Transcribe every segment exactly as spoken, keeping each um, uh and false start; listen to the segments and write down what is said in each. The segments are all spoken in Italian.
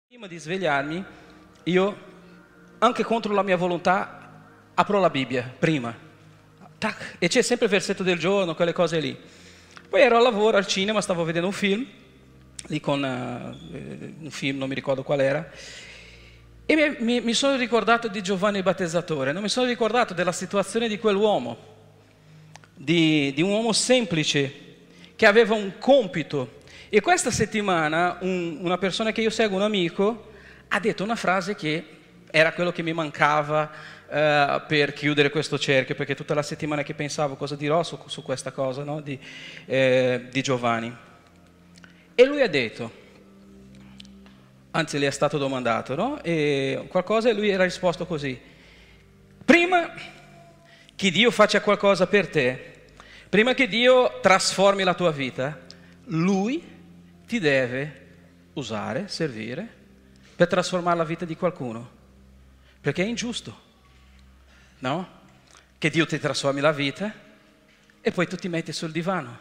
Prima di svegliarmi, io, anche contro la mia volontà, apro la Bibbia, prima. Tac, e c'è sempre il versetto del giorno, quelle cose lì. Poi ero al lavoro, al cinema, stavo vedendo un film, lì con uh, un film, non mi ricordo qual era, e mi, mi, mi sono ricordato di Giovanni il Battezzatore, non mi sono ricordato della situazione di quell'uomo, di, di un uomo semplice, che aveva un compito. E questa settimana un, una persona che io seguo, un amico, ha detto una frase che era quello che mi mancava uh, per chiudere questo cerchio, perché tutta la settimana che pensavo cosa dirò su, su questa cosa, no? di, eh, di Giovanni. E lui ha detto, anzi le è stato domandato, no? e qualcosa, e lui era risposto così: prima che Dio faccia qualcosa per te, prima che Dio trasformi la tua vita, Lui ti deve usare, servire, per trasformare la vita di qualcuno. Perché è ingiusto, no? Che Dio ti trasformi la vita e poi tu ti metti sul divano.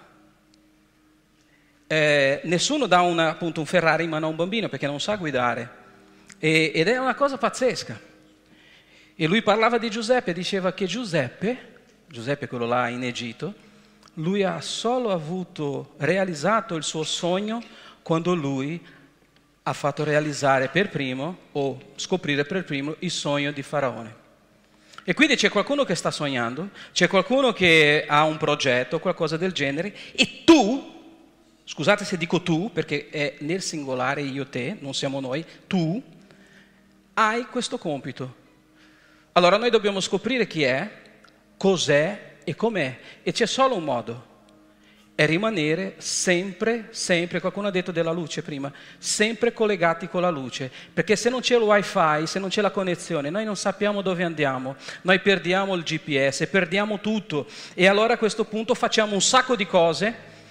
Eh, nessuno dà una, appunto, un Ferrari in mano a un bambino perché non sa guidare. E, ed è una cosa pazzesca. E lui parlava di Giuseppe, diceva che Giuseppe, Giuseppe quello là in Egitto, lui ha solo avuto realizzato il suo sogno quando lui ha fatto realizzare per primo o scoprire per primo il sogno di Faraone. E quindi c'è qualcuno che sta sognando, c'è qualcuno che ha un progetto, qualcosa del genere, e tu, scusate se dico tu, perché è nel singolare io te, non siamo noi, tu hai questo compito. Allora noi dobbiamo scoprire chi è, cos'è e com'è, e c'è solo un modo, è rimanere sempre, sempre, qualcuno ha detto della luce prima, sempre collegati con la luce, perché se non c'è il wifi, se non c'è la connessione, noi non sappiamo dove andiamo, noi perdiamo il G P S, perdiamo tutto, e allora a questo punto facciamo un sacco di cose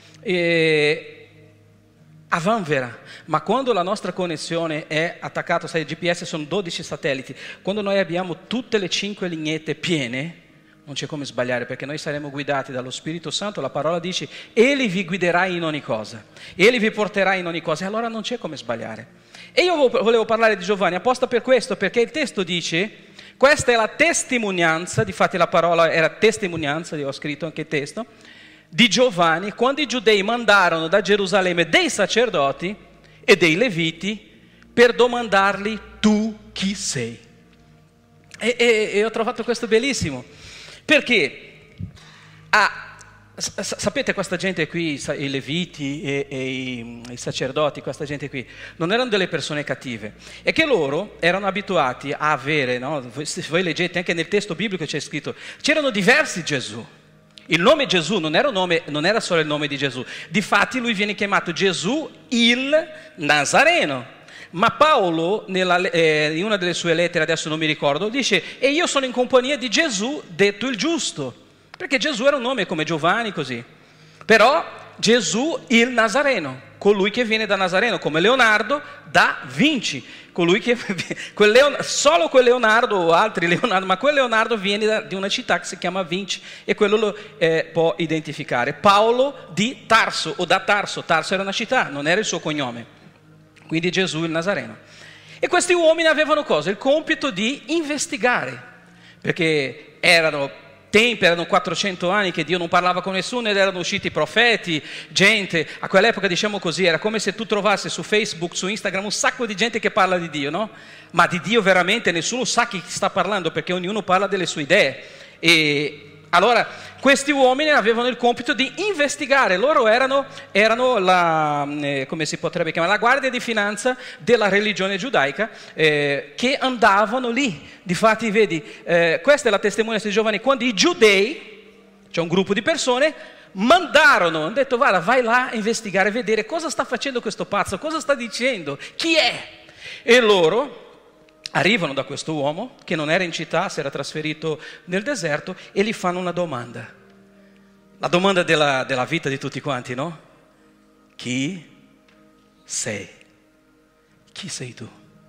e... a vanvera. Ma quando la nostra connessione è attaccata, sai, il G P S sono dodici satelliti, quando noi abbiamo tutte le cinque lineette piene, non c'è come sbagliare, perché noi saremo guidati dallo Spirito Santo. La parola dice: Egli vi guiderà in ogni cosa, Egli vi porterà in ogni cosa, e allora non c'è come sbagliare. E io volevo parlare di Giovanni apposta per questo, perché il testo dice, questa è la testimonianza, difatti la parola era testimonianza, io ho scritto anche il testo, di Giovanni, quando i giudei mandarono da Gerusalemme dei sacerdoti e dei leviti per domandargli: tu chi sei? E, e, e ho trovato questo bellissimo. Perché, ah, sapete, questa gente qui, i leviti e, e i, i sacerdoti, questa gente qui, non erano delle persone cattive. È che loro erano abituati a avere, no? Se voi leggete anche nel testo biblico c'è scritto, c'erano diversi Gesù. Il nome Gesù non era, un nome, non era solo il nome di Gesù. Difatti lui viene chiamato Gesù il Nazareno. Ma Paolo, nella, eh, in una delle sue lettere, adesso non mi ricordo, dice: e io sono in compagnia di Gesù, detto il giusto. Perché Gesù era un nome come Giovanni, così. Però Gesù il Nazareno, colui che viene da Nazareno, come Leonardo da Vinci. Colui che, quel Leonardo, solo quel Leonardo o altri Leonardo, ma quel Leonardo viene da, di una città che si chiama Vinci, e quello lo eh, può identificare. Paolo di Tarso, o da Tarso. Tarso era una città, non era il suo cognome. Quindi Gesù il Nazareno. E questi uomini avevano cosa? Il compito di investigare, perché erano tempi, erano quattrocento anni che Dio non parlava con nessuno, ed erano usciti profeti, gente. A quell'epoca, diciamo così, era come se tu trovassi su Facebook, su Instagram un sacco di gente che parla di Dio, no? Ma di Dio veramente nessuno sa chi sta parlando, perché ognuno parla delle sue idee. E allora questi uomini avevano il compito di investigare. Loro erano, erano la, eh, come si potrebbe chiamare, la guardia di finanza della religione giudaica, eh, che andavano lì. Difatti vedi, eh, questa è la testimonianza di Giovanni, quando i giudei, c'è un gruppo di persone, mandarono, hanno detto: guarda, vai là a investigare, vedere cosa sta facendo questo pazzo, cosa sta dicendo, chi è. E loro arrivano da questo uomo che non era in città, si era trasferito nel deserto, e gli fanno una domanda. La domanda della, della vita di tutti quanti, no? Chi sei? Chi sei tu?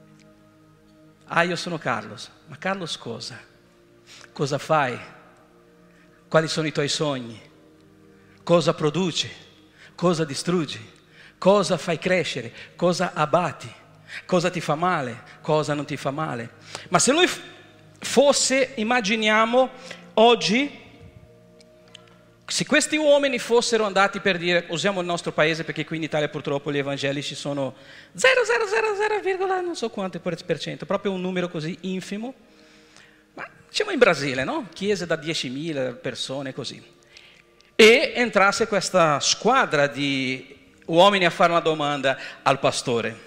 Ah, io sono Carlos. Ma Carlos cosa? Cosa fai? Quali sono i tuoi sogni? Cosa produci? Cosa distruggi? Cosa fai crescere? Cosa abbatti? cosa ti fa male, cosa non ti fa male. Ma se lui fosse, immaginiamo oggi, se questi uomini fossero andati per dire, usiamo il nostro paese perché qui in Italia purtroppo gli evangelici sono zero virgola zero zero zero, non so quanto per cento, proprio un numero così infimo, ma diciamo in Brasile, no? Chiese da diecimila persone così, e entrasse questa squadra di uomini a fare una domanda al pastore: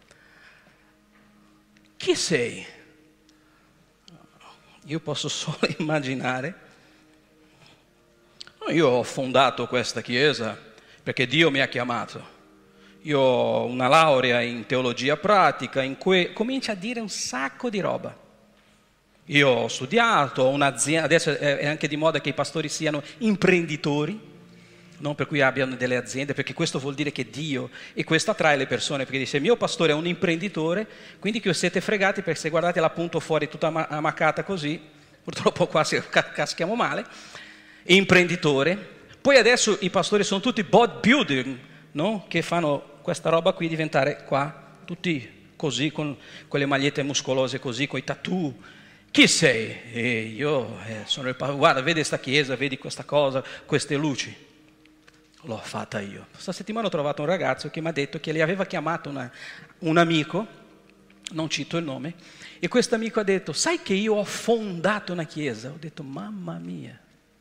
chi sei? Io posso solo immaginare: io ho fondato questa chiesa perché Dio mi ha chiamato, io ho una laurea in teologia pratica, in cui comincia a dire un sacco di roba. Io ho studiato, ho un'azienda, adesso è anche di moda che i pastori siano imprenditori, non per cui abbiano delle aziende, perché questo vuol dire che Dio, e questo attrae le persone, perché dice: il mio pastore è un imprenditore, quindi che siete fregati, perché se guardate la punto fuori tutta ammaccata così, purtroppo qua si caschiamo male. Imprenditore. Poi adesso i pastori sono tutti bodybuilder, no? Che fanno questa roba qui diventare qua tutti così, con quelle magliette muscolose così, con i tattoo. Chi sei? E io eh, sono il pastore. Guarda, vedi questa chiesa, vedi questa cosa, queste luci. L'ho fatta io. Questa settimana ho trovato un ragazzo che mi ha detto che gli aveva chiamato una, un amico, non cito il nome, e questo amico ha detto: sai che io ho fondato una chiesa? Ho detto: mamma mia.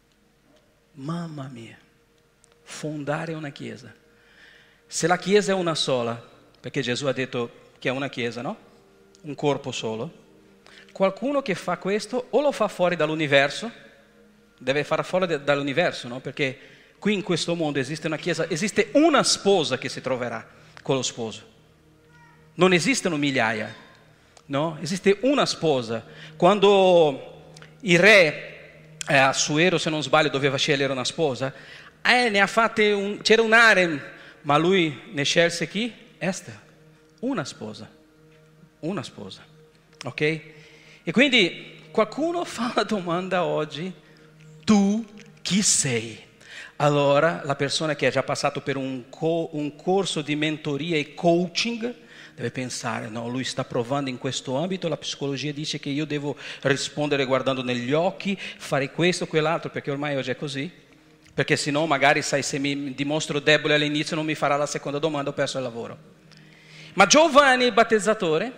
Mamma mia, fondare una chiesa. Se la chiesa è una sola, perché Gesù ha detto che è una chiesa, no? Un corpo solo. Qualcuno che fa questo o lo fa fuori dall'universo, deve far fuori dall'universo, no? Perché qui in questo mondo esiste una chiesa, esiste una sposa che si troverà con lo sposo. Non esistono migliaia, no? Esiste una sposa. Quando il re Eh, Assuero, se non sbaglio, doveva scegliere una sposa, eh, ne ha fatte un, c'era un harem, ma lui ne scelse chi? Esther, una sposa, una sposa, ok? E quindi qualcuno fa la domanda oggi: tu chi sei? Allora la persona che ha già passato per un, co- un corso di mentoria e coaching deve pensare: no, lui sta provando in questo ambito, la psicologia dice che io devo rispondere guardando negli occhi, fare questo, quell'altro, perché ormai oggi è così, perché se no magari, sai, se mi dimostro debole all'inizio non mi farà la seconda domanda, ho perso il lavoro. Ma Giovanni il battezzatore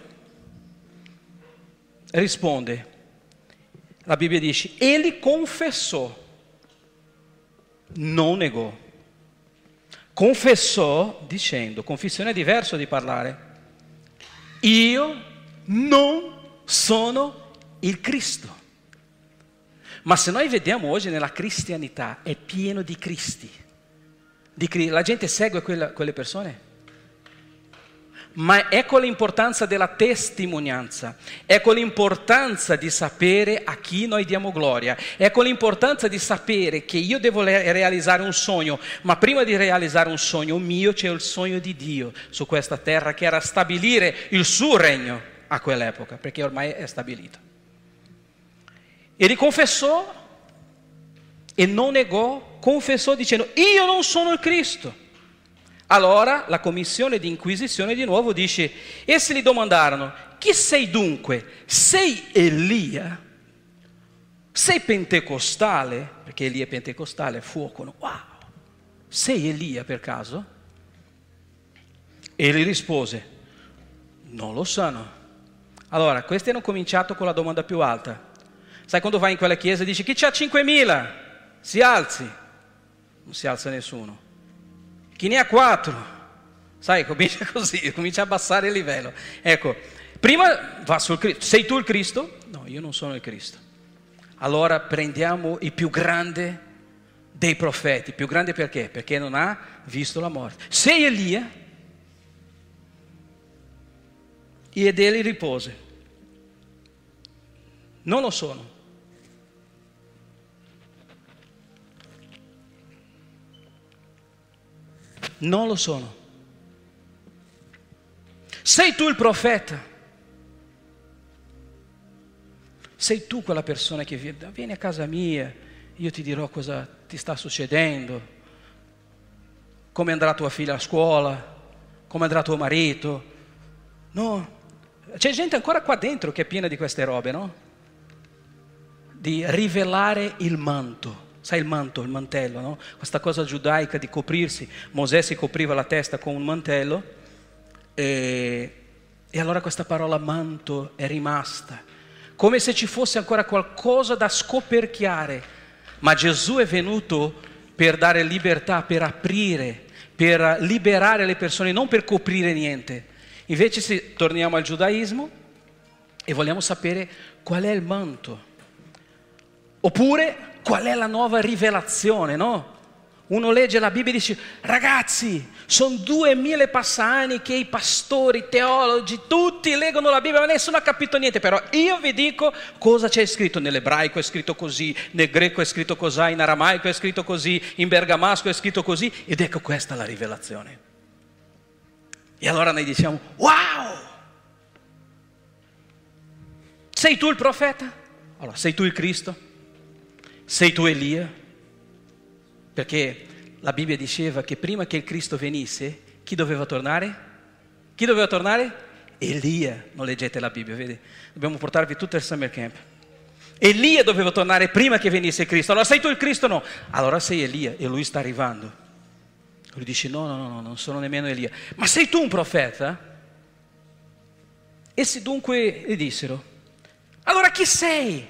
risponde, la Bibbia dice: egli confessò, non negò. Confessò dicendo, confessione è diverso di parlare: io non sono il Cristo. Ma se noi vediamo oggi nella cristianità, è pieno di Cristi. Di, la gente segue quella, quelle persone. Ma ecco l'importanza della testimonianza, ecco l'importanza di sapere a chi noi diamo gloria, ecco l'importanza di sapere che io devo realizzare un sogno, ma prima di realizzare un sogno mio c'è il sogno di Dio su questa terra, che era stabilire il suo regno a quell'epoca, perché ormai è stabilito. E li confessò e non negò, confessò dicendo: io non sono il Cristo. Allora la commissione di inquisizione di nuovo dice: essi gli domandarono: chi sei dunque? Sei Elia? Sei pentecostale? Perché Elia è pentecostale, fuoco. Wow! Sei Elia per caso? E gli rispose: non lo sono. Allora, questi hanno cominciato con la domanda più alta. Sai, quando vai in quella chiesa e dici: chi c'ha cinquemila? Si alzi. Non si alza nessuno. Chi ne ha quattro? Sai, comincia così, comincia a abbassare il livello. Ecco, prima va sul Cristo. Sei tu il Cristo? No, io non sono il Cristo. Allora prendiamo il più grande dei profeti. Più grande perché? Perché non ha visto la morte. Sei Elia? Ed egli rispose: non lo sono. Non lo sono. Sei tu il profeta? Sei tu quella persona che viene, vieni a casa mia, io ti dirò cosa ti sta succedendo, come andrà tua figlia a scuola, come andrà tuo marito, No, c'è gente ancora qua dentro che è piena di queste robe, no? Di rivelare il manto. Sai il manto, il mantello, no? Questa cosa giudaica di coprirsi. Mosè si copriva la testa con un mantello e, e allora questa parola manto è rimasta. Come se ci fosse ancora qualcosa da scoperchiare. Ma Gesù è venuto per dare libertà, per aprire, per liberare le persone, non per coprire niente. Invece se torniamo al giudaismo e vogliamo sapere qual è il manto. Oppure qual è la nuova rivelazione, no? Uno legge la Bibbia e dice, ragazzi, sono duemila passanni che i pastori, i teologi, tutti leggono la Bibbia, ma nessuno ha capito niente. Però io vi dico cosa c'è scritto. Nell'ebraico è scritto così, nel greco è scritto così, in aramaico è scritto così, in bergamasco è scritto così. Ed ecco questa la rivelazione. E allora noi diciamo, wow! Sei tu il profeta? Allora, sei tu il Cristo? Sei tu Elia? Perché la Bibbia diceva che prima che il Cristo venisse, chi doveva tornare? Chi doveva tornare? Elia. Non leggete la Bibbia, vedi? Dobbiamo portarvi tutto il summer camp. Elia doveva tornare prima che venisse Cristo. Allora sei tu il Cristo? No. Allora sei Elia e lui sta arrivando. Lui dice no, no, no, non sono nemmeno Elia. Ma sei tu un profeta? Essi dunque gli dissero, allora chi sei?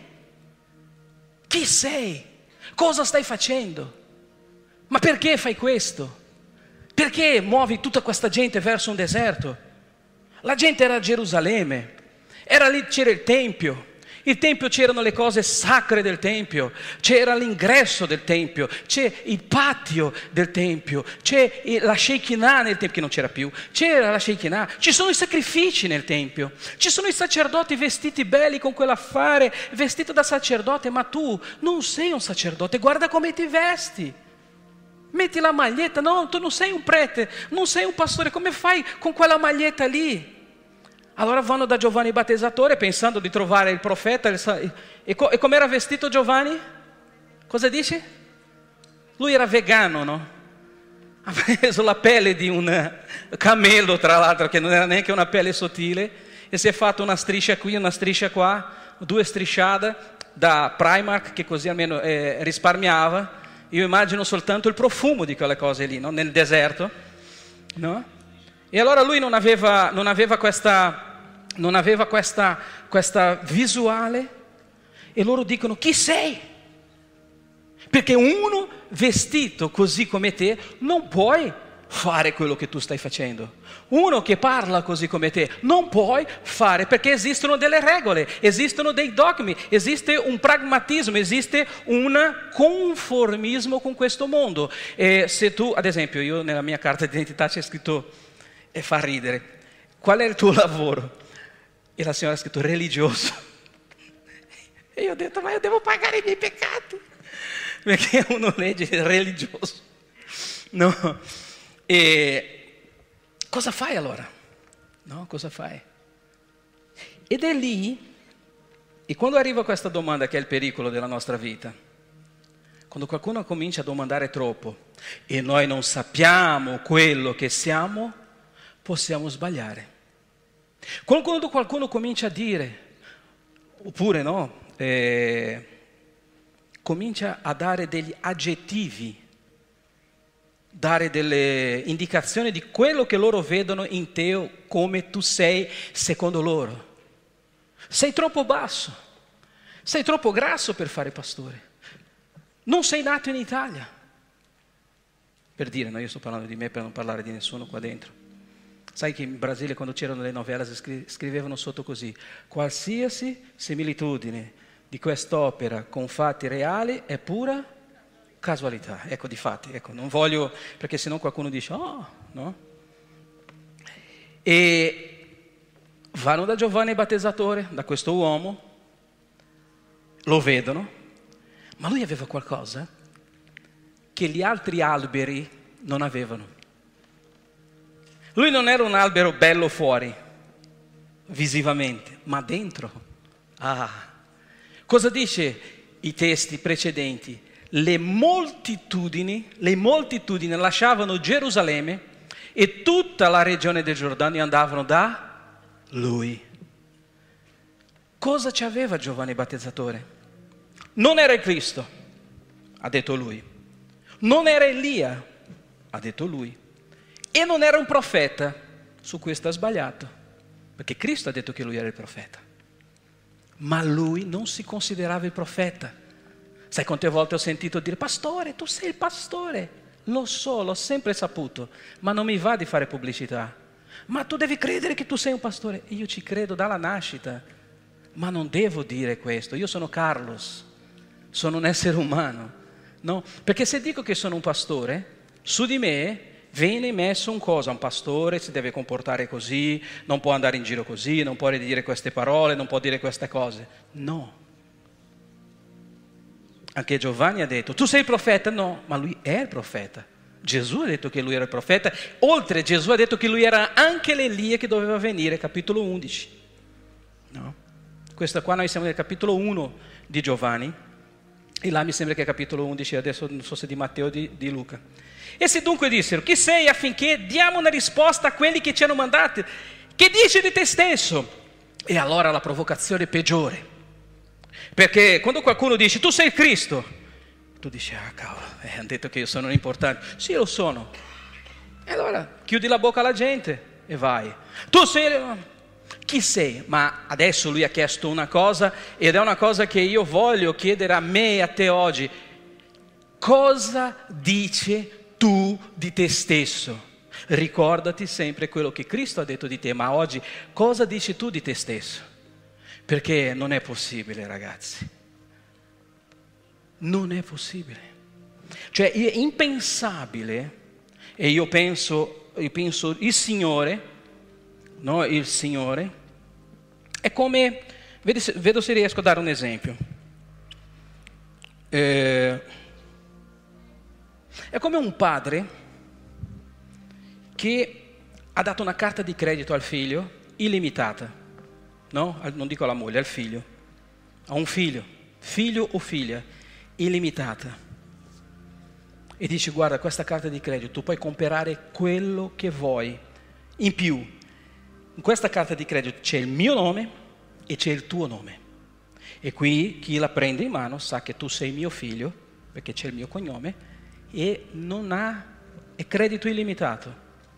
Chi sei? Cosa stai facendo? Ma perché fai questo? Perché muovi tutta questa gente verso un deserto? La gente era a Gerusalemme, era lì, c'era il Tempio. Il Tempio, c'erano le cose sacre del Tempio, c'era l'ingresso del Tempio, c'è il patio del Tempio, c'è la Shekinah nel Tempio, che non c'era più, c'era la Shekinah, ci sono i sacrifici nel Tempio, ci sono i sacerdoti vestiti belli con quell'affare, vestito da sacerdote, ma tu non sei un sacerdote, guarda come ti vesti. Metti la maglietta, no, tu non sei un prete, non sei un pastore, come fai con quella maglietta lì? Allora vanno da Giovanni Battezzatore pensando di trovare il profeta. E come era vestito Giovanni? Cosa dice? Lui era vegano, no? Ha preso la pelle di un cammello, tra l'altro, che non era neanche una pelle sottile, e si è fatto una striscia qui, una striscia qua, due strisciate da Primark, che così almeno eh, risparmiava. Io immagino soltanto il profumo di quelle cose lì, no? Nel deserto, no? E allora lui non aveva, non aveva, questa, non aveva questa, questa visuale, e loro dicono, chi sei? Perché uno vestito così come te non puoi fare quello che tu stai facendo. Uno che parla così come te non puoi fare, perché esistono delle regole, esistono dei dogmi, esiste un pragmatismo, esiste un conformismo con questo mondo. E se tu, ad esempio, io nella mia carta d'identità c'è scritto, e fa ridere, qual è il tuo lavoro? E la signora ha scritto religioso. E io ho detto, ma io devo pagare i miei peccati, perché uno legge religioso, no? E cosa fai allora? No, cosa fai? Ed è lì, e quando arriva questa domanda, che è il pericolo della nostra vita, quando qualcuno comincia a domandare troppo e noi non sappiamo quello che siamo, possiamo sbagliare. Quando qualcuno comincia a dire, oppure no, eh, comincia a dare degli aggettivi, dare delle indicazioni di quello che loro vedono in te o come tu sei secondo loro. Sei troppo basso, sei troppo grasso per fare pastore, non sei nato in Italia. Per dire, no, io sto parlando di me per non parlare di nessuno qua dentro. Sai che in Brasile, quando c'erano le novelle, scrivevano sotto così: qualsiasi similitudine di quest'opera con fatti reali è pura casualità. Ecco, di fatti, ecco, non voglio, perché sennò qualcuno dice, oh, no? E vanno da Giovanni Battezzatore, da questo uomo, lo vedono, ma lui aveva qualcosa che gli altri alberi non avevano. Lui non era un albero bello fuori, visivamente, ma dentro. Ah, cosa dice i testi precedenti? Le moltitudini, le moltitudini lasciavano Gerusalemme e tutta la regione del Giordano e andavano da Lui. Cosa ci aveva Giovanni Battezzatore? Non era il Cristo, ha detto lui. Non era Elia, ha detto lui. E non era un profeta, su cui sta sbagliato, perché Cristo ha detto che lui era il profeta. Ma lui non si considerava il profeta. Sai quante volte ho sentito dire: pastore, tu sei il pastore. Lo so, l'ho sempre saputo, ma non mi va di fare pubblicità. Ma tu devi credere che tu sei un pastore. Io ci credo dalla nascita, ma non devo dire questo. Io sono Carlos, sono un essere umano, no? Perché se dico che sono un pastore, su di me viene messo un cosa, un pastore si deve comportare così, non può andare in giro così, non può dire queste parole, non può dire queste cose. No. Anche Giovanni ha detto: tu sei il profeta? No, ma lui è il profeta. Gesù ha detto che lui era il profeta. Oltre, Gesù ha detto che lui era anche l'Elia che doveva venire, capitolo undici. No? Questo qua noi siamo nel capitolo uno di Giovanni, e là mi sembra che è capitolo undici, adesso non so se di Matteo o di, di Luca. Essi dunque dissero: chi sei affinché diamo una risposta a quelli che ci hanno mandati? Che dici di te stesso? E allora la provocazione peggiore. Perché quando qualcuno dice: tu sei il Cristo, tu dici: ah cavolo, eh, hanno detto che io sono importante. Sì, lo sono. E allora chiudi la bocca alla gente e vai. Tu sei... Chi sei? Ma adesso lui ha chiesto una cosa, ed è una cosa che io voglio chiedere a me e a te oggi. Cosa dice tu di te stesso? Ricordati sempre quello che Cristo ha detto di te, ma oggi cosa dici tu di te stesso? Perché non è possibile, ragazzi. Non è possibile. Cioè è impensabile, e io penso, io penso il Signore, no, il Signore, è come, vedo se, vedo se riesco a dare un esempio. Eh, è come un padre che ha dato una carta di credito al figlio illimitata. No? Non dico alla moglie, al figlio. A un figlio, figlio o figlia, illimitata. E dice: guarda, questa carta di credito, tu puoi comprare quello che vuoi. In più, in questa carta di credito c'è il mio nome e c'è il tuo nome. E qui chi la prende in mano sa che tu sei mio figlio, perché c'è il mio cognome, e non ha, è credito illimitato.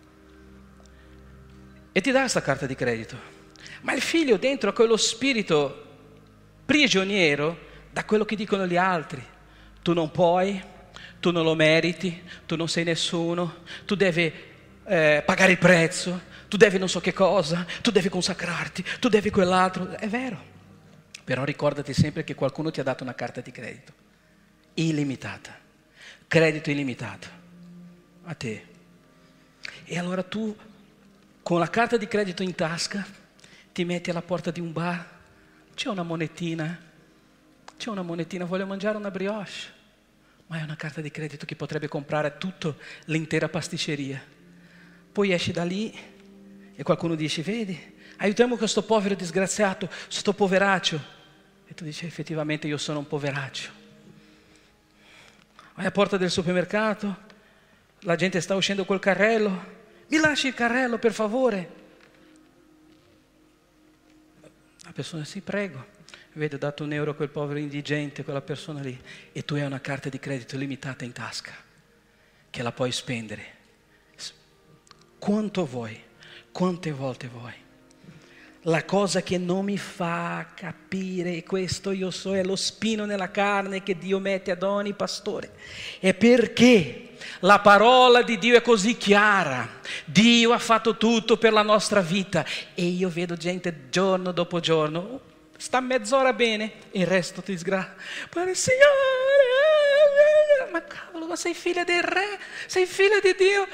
E ti dà questa carta di credito. Ma il figlio dentro ha quello spirito prigioniero da quello che dicono gli altri. Tu non puoi, tu non lo meriti, tu non sei nessuno, tu devi eh, pagare il prezzo, tu devi non so che cosa, tu devi consacrarti, tu devi quell'altro. È vero, però ricordati sempre che qualcuno ti ha dato una carta di credito illimitata, credito illimitato a te. E allora tu, con la carta di credito in tasca, ti metti alla porta di un bar, c'è una monetina, c'è una monetina, voglio mangiare una brioche, ma è una carta di credito che potrebbe comprare tutto, l'intera pasticceria. Poi esci da lì e qualcuno dice: vedi, aiutiamo questo povero disgraziato, questo poveraccio. E tu dici: effettivamente io sono un poveraccio. Vai alla porta del supermercato, la gente sta uscendo col carrello: mi lasci il carrello per favore? La persona: sì, prego. Vedi, ho dato un euro a quel povero indigente, quella persona lì, e tu hai una carta di credito limitata in tasca che la puoi spendere quanto vuoi, quante volte vuoi. La cosa che non mi fa capire, e questo io so, è lo spino nella carne che Dio mette ad ogni pastore, è perché la parola di Dio è così chiara. Dio ha fatto tutto per la nostra vita, e io vedo gente giorno dopo giorno, sta mezz'ora bene e il resto ti sgra. Poi Signore, ma cavolo, ma sei figlia del Re, sei figlia di Dio.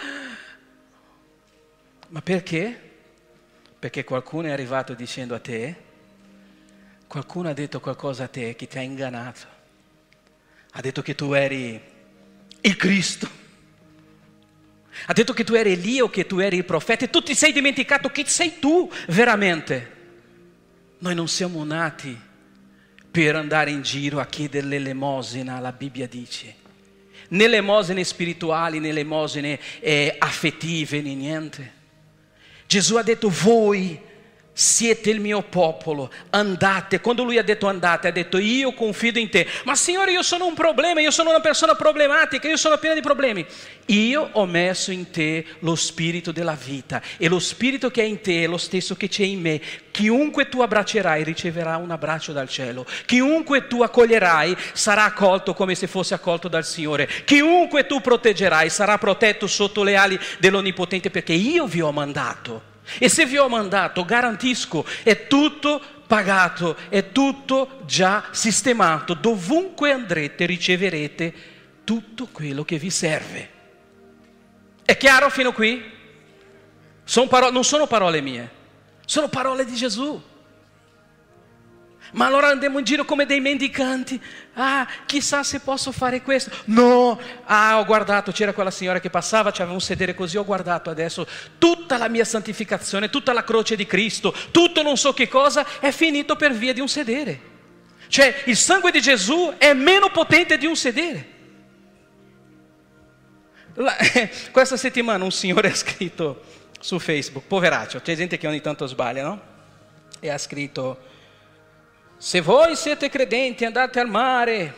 Ma perché? Perché qualcuno è arrivato dicendo a te, qualcuno ha detto qualcosa a te che ti ha ingannato, ha detto che tu eri il Cristo, ha detto che tu eri Elia, che tu eri il profeta, e tu ti sei dimenticato chi sei tu veramente. Noi non siamo nati per andare in giro a chiedere l'elemosina, la Bibbia dice, né elemosine spirituali, né elemosine eh, affettive, né niente. Gesù ha detto: voi siete il mio popolo, andate. Quando lui ha detto andate, ha detto io confido in te. Ma Signore, io sono un problema, io sono una persona problematica, io sono piena di problemi. Io ho messo in te lo spirito della vita, e lo spirito che è in te è lo stesso che c'è in me. Chiunque tu abbraccerai riceverà un abbraccio dal cielo. Chiunque tu accoglierai sarà accolto come se fosse accolto dal Signore. Chiunque tu proteggerai sarà protetto sotto le ali dell'Onnipotente, perché io vi ho mandato. E se vi ho mandato, garantisco, è tutto pagato, è tutto già sistemato. Dovunque andrete riceverete tutto quello che vi serve. È chiaro fino qui? Sono parole, non sono parole mie, sono parole di Gesù. Ma allora andiamo in giro come dei mendicanti. Ah, chissà se posso fare questo. No, ah, ho guardato, c'era quella signora che passava, c'aveva un sedere così, ho guardato adesso. Tutta la mia santificazione, tutta la croce di Cristo, tutto non so che cosa, è finito per via di un sedere. Cioè, il sangue di Gesù è meno potente di un sedere. La, questa settimana un signore ha scritto su Facebook, poveraccio, c'è gente che ogni tanto sbaglia, no? E ha scritto: se voi siete credenti andate al mare,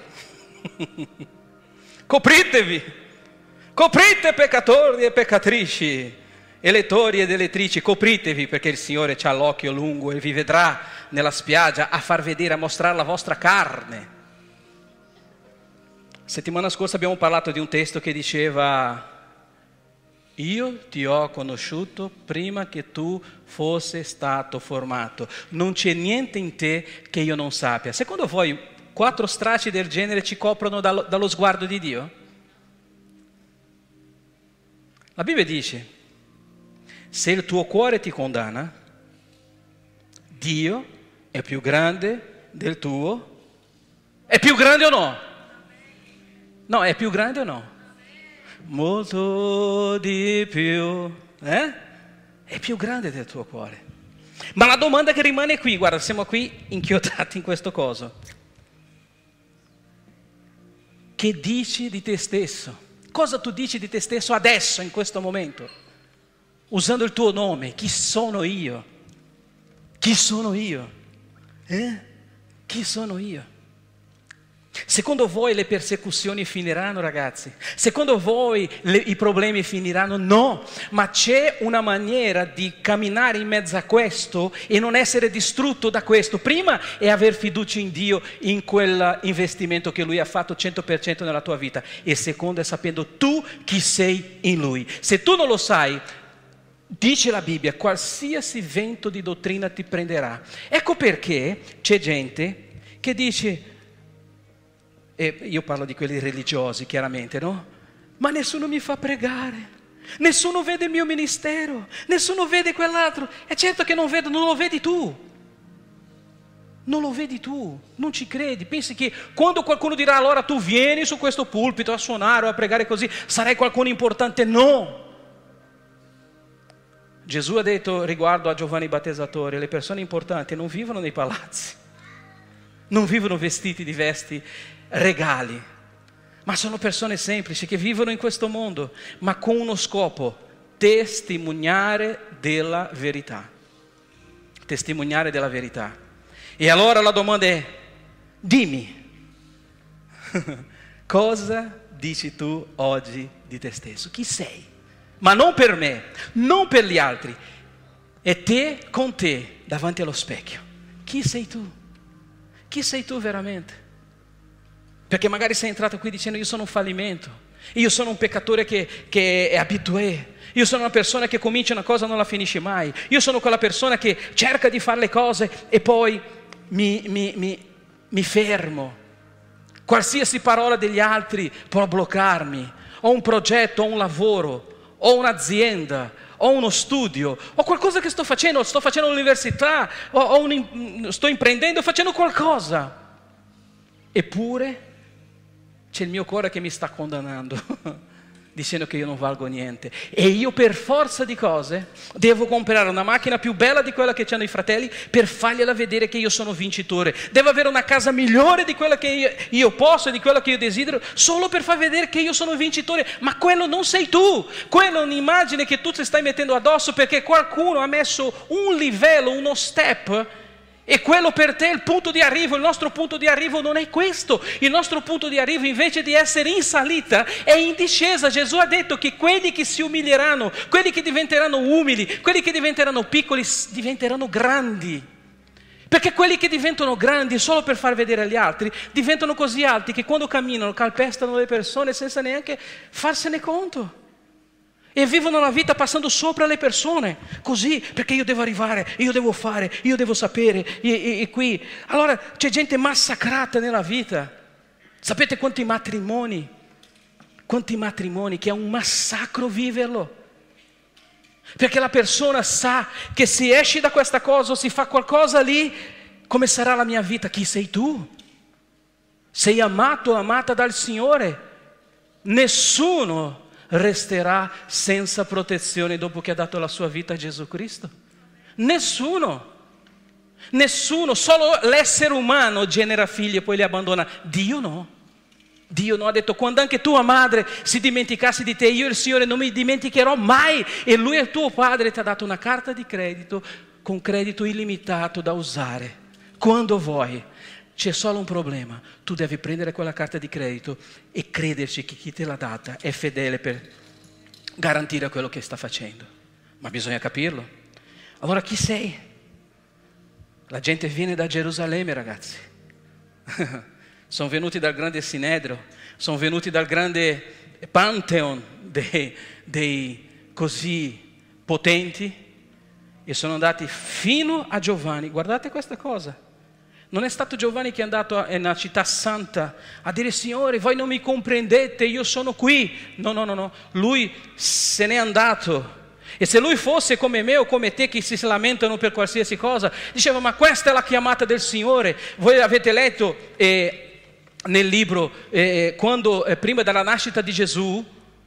copritevi, coprite peccatori e peccatrici, elettori ed elettrici, copritevi, perché il Signore ha l'occhio lungo e vi vedrà nella spiaggia a far vedere, a mostrare la vostra carne. Settimana scorsa abbiamo parlato di un testo che diceva: io ti ho conosciuto prima che tu fosse stato formato. Non c'è niente in te che io non sappia. Secondo voi quattro stracci del genere ci coprono dallo, dallo sguardo di Dio? La Bibbia dice: se il tuo cuore ti condanna, Dio è più grande del tuo. È più grande o no? No, è più grande o no? Molto di più, eh? È più grande del tuo cuore. Ma la domanda che rimane qui, guarda, siamo qui inchiodati in questo coso. Che dici di te stesso? Cosa tu dici di te stesso adesso, in questo momento? Usando il tuo nome, chi sono io? Chi sono io? Eh? Chi sono io? Secondo voi le persecuzioni finiranno, ragazzi? Secondo voi le, i problemi finiranno? No, ma c'è una maniera di camminare in mezzo a questo e non essere distrutto da questo. Prima è aver fiducia in Dio, in quell'investimento che Lui ha fatto cento per cento nella tua vita. E secondo è sapendo tu chi sei in Lui. Se tu non lo sai, dice la Bibbia, qualsiasi vento di dottrina ti prenderà. Ecco perché c'è gente che dice... E io parlo di quelli religiosi, chiaramente, no? Ma nessuno mi fa pregare, nessuno vede il mio ministero, nessuno vede quell'altro. È certo che non vedo, non lo vedi tu. Non lo vedi tu, non ci credi. Pensi che quando qualcuno dirà allora tu vieni su questo pulpito a suonare o a pregare così, sarai qualcuno importante? No. Gesù ha detto riguardo a Giovanni Battezzatore: le persone importanti non vivono nei palazzi, non vivono vestiti di vesti regali, ma sono persone semplici che vivono in questo mondo, ma con uno scopo: testimoniare della verità. Testimoniare della verità. E allora la domanda è: dimmi, cosa dici tu oggi di te stesso? Chi sei? Ma non per me, non per gli altri. È te con te davanti allo specchio. Chi sei tu? Chi sei tu veramente? Perché magari sei entrato qui dicendo: io sono un fallimento, io sono un peccatore che, che è abitué, io sono una persona che comincia una cosa e non la finisce mai, io sono quella persona che cerca di fare le cose e poi mi, mi, mi, mi fermo. Qualsiasi parola degli altri può bloccarmi. Ho un progetto, ho un lavoro, ho un'azienda, ho uno studio, ho qualcosa che sto facendo, sto facendo l'università, ho, ho un, sto imprendendo, facendo qualcosa. Eppure c'è il mio cuore che mi sta condannando. dicendo che io non valgo niente. E io per forza di cose devo comprare una macchina più bella di quella che hanno i fratelli per fargliela vedere che io sono vincitore. Devo avere una casa migliore di quella che io, io posso e di quella che io desidero, solo per far vedere che io sono vincitore. Ma quello non sei tu, quello è un'immagine che tu ti stai mettendo addosso perché qualcuno ha messo un livello, uno step. E quello per te è il punto di arrivo. Il nostro punto di arrivo non è questo. Il nostro punto di arrivo, invece di essere in salita, è in discesa. Gesù ha detto che quelli che si umilieranno, quelli che diventeranno umili, quelli che diventeranno piccoli, diventeranno grandi. Perché quelli che diventano grandi solo per far vedere agli altri, diventano così alti che quando camminano calpestano le persone senza neanche farsene conto. E vivono la vita passando sopra le persone, così, perché io devo arrivare, io devo fare, io devo sapere, e, e, e qui. Allora c'è gente massacrata nella vita. Sapete quanti matrimoni, quanti matrimoni che è un massacro viverlo? Perché la persona sa che se esci da questa cosa o si fa qualcosa lì, come sarà la mia vita? Chi sei tu? Sei amato o amata dal Signore? Nessuno resterà senza protezione dopo che ha dato la sua vita a Gesù Cristo. Nessuno, nessuno, solo l'essere umano genera figli e poi li abbandona. Dio no, Dio no, ha detto quando anche tua madre si dimenticasse di te, io il Signore non mi dimenticherò mai. E Lui è il tuo Padre, ti ha dato una carta di credito con credito illimitato da usare quando vuoi. C'è solo un problema, tu devi prendere quella carta di credito e crederci che chi te l'ha data è fedele per garantire quello che sta facendo. Ma bisogna capirlo. Allora chi sei? La gente viene da Gerusalemme, ragazzi. Sono venuti dal grande Sinedrio, sono venuti dal grande Pantheon dei, dei così potenti e sono andati fino a Giovanni. Guardate questa cosa. Non è stato Giovanni che è andato nella città santa a dire Signore, voi non mi comprendete, io sono qui. No, no, no, no. Lui se n'è andato. E se lui fosse come me o come te che si lamentano per qualsiasi cosa, diceva ma questa è la chiamata del Signore. Voi avete letto eh, nel libro, eh, quando eh, prima della nascita di Gesù,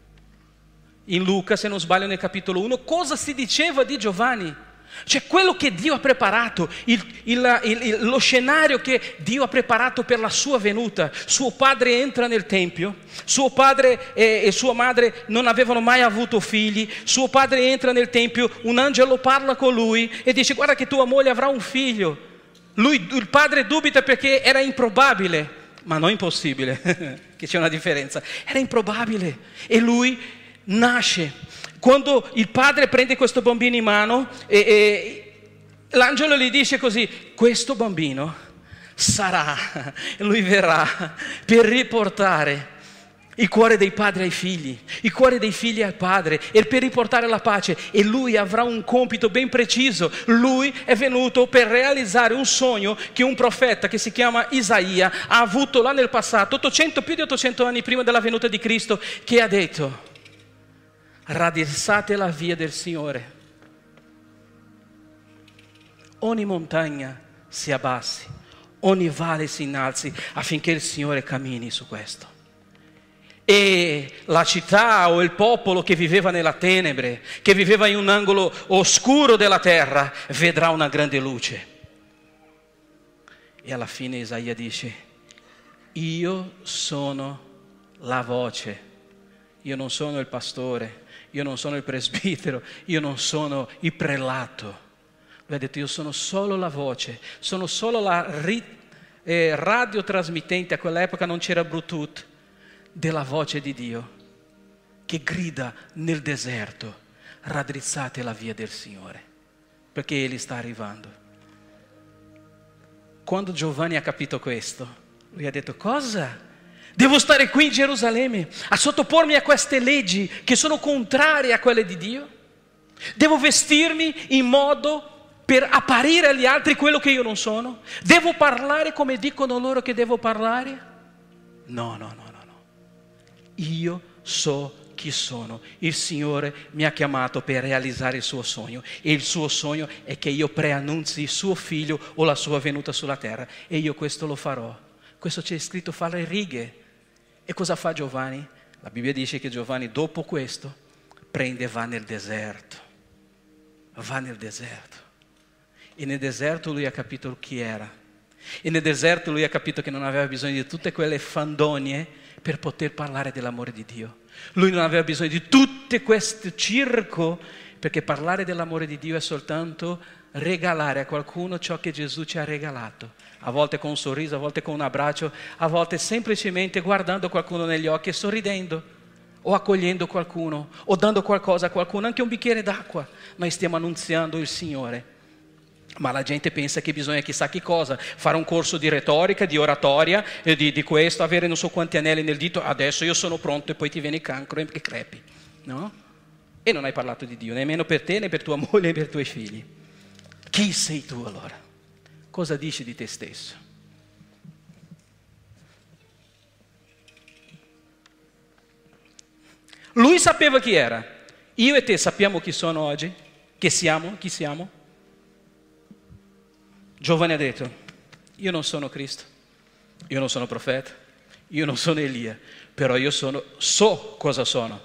in Luca, se non sbaglio nel capitolo uno, cosa si diceva di Giovanni? Cioè quello che Dio ha preparato, il, il, il, lo scenario che Dio ha preparato per la sua venuta. Suo padre entra nel tempio, suo padre e, e sua madre non avevano mai avuto figli, suo padre entra nel tempio, un angelo parla con lui e dice guarda che tua moglie avrà un figlio. Lui, il padre dubita perché era improbabile, ma non impossibile, che c'è una differenza, era improbabile e lui nasce. Quando il padre prende questo bambino in mano e, e l'angelo gli dice così, questo bambino sarà, lui verrà per riportare il cuore dei padri ai figli, il cuore dei figli al padre e per riportare la pace. E lui avrà un compito ben preciso. Lui è venuto per realizzare un sogno che un profeta che si chiama Isaia ha avuto là nel passato, ottocento, più di ottocento anni prima della venuta di Cristo, che ha detto raddrizzate la via del Signore, ogni montagna si abbassi, ogni valle si innalzi affinché il Signore cammini su questo. E la città o il popolo che viveva nella tenebre, che viveva in un angolo oscuro della terra, vedrà una grande luce. E alla fine Isaia dice, io sono la voce, io non sono il pastore, io non sono il presbitero, io non sono il prelato. Lui ha detto, io sono solo la voce, sono solo la ri, eh, radiotrasmittente, a quell'epoca non c'era Bluetooth, della voce di Dio, che grida nel deserto, raddrizzate la via del Signore, perché Egli sta arrivando. Quando Giovanni ha capito questo, lui ha detto, cosa? Devo stare qui in Gerusalemme a sottopormi a queste leggi che sono contrarie a quelle di Dio? Devo vestirmi in modo per apparire agli altri quello che io non sono? Devo parlare come dicono loro che devo parlare? No, no, no, no, no. Io so chi sono. Il Signore mi ha chiamato per realizzare il suo sogno e il suo sogno è che io preannunzi il suo figlio o la sua venuta sulla terra e io questo lo farò. Questo c'è scritto fra le righe. E cosa fa Giovanni? La Bibbia dice che Giovanni dopo questo prende e va nel deserto. Va nel deserto. E nel deserto lui ha capito chi era. E nel deserto lui ha capito che non aveva bisogno di tutte quelle fandonie per poter parlare dell'amore di Dio. Lui non aveva bisogno di tutto questo circo, perché parlare dell'amore di Dio è soltanto regalare a qualcuno ciò che Gesù ci ha regalato. A volte con un sorriso, a volte con un abbraccio, a volte semplicemente guardando qualcuno negli occhi e sorridendo, o accogliendo qualcuno, o dando qualcosa a qualcuno, anche un bicchiere d'acqua. Noi stiamo annunziando il Signore. Ma la gente pensa che bisogna chissà che cosa, fare un corso di retorica, di oratoria, e di, di questo, avere non so quanti anelli nel dito, adesso io sono pronto e poi ti viene il cancro e crepi, no? E non hai parlato di Dio, nemmeno per te, né per tua moglie, né per i tuoi figli. Chi sei tu allora? Cosa dici di te stesso? Lui sapeva chi era. Io e te sappiamo chi sono oggi? Che siamo? Chi siamo? Giovanni ha detto, io non sono Cristo, io non sono profeta, io non sono Elia, però io sono, so cosa sono.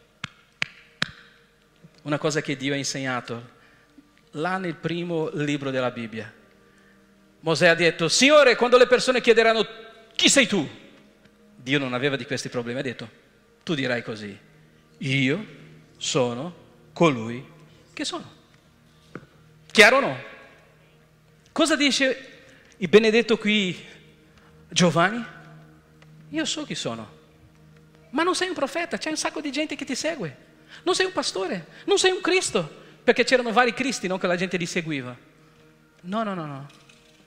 Una cosa che Dio ha insegnato là nel primo libro della Bibbia. Mosè ha detto, Signore, quando le persone chiederanno chi sei tu? Dio non aveva di questi problemi, ha detto, tu dirai così, io sono colui che sono. Chiaro o no? Cosa dice il benedetto qui Giovanni? Io so chi sono. Ma non sei un profeta, c'è un sacco di gente che ti segue. Non sei un pastore, non sei un Cristo, perché c'erano vari Cristi, non che la gente li seguiva. No, no, no, no.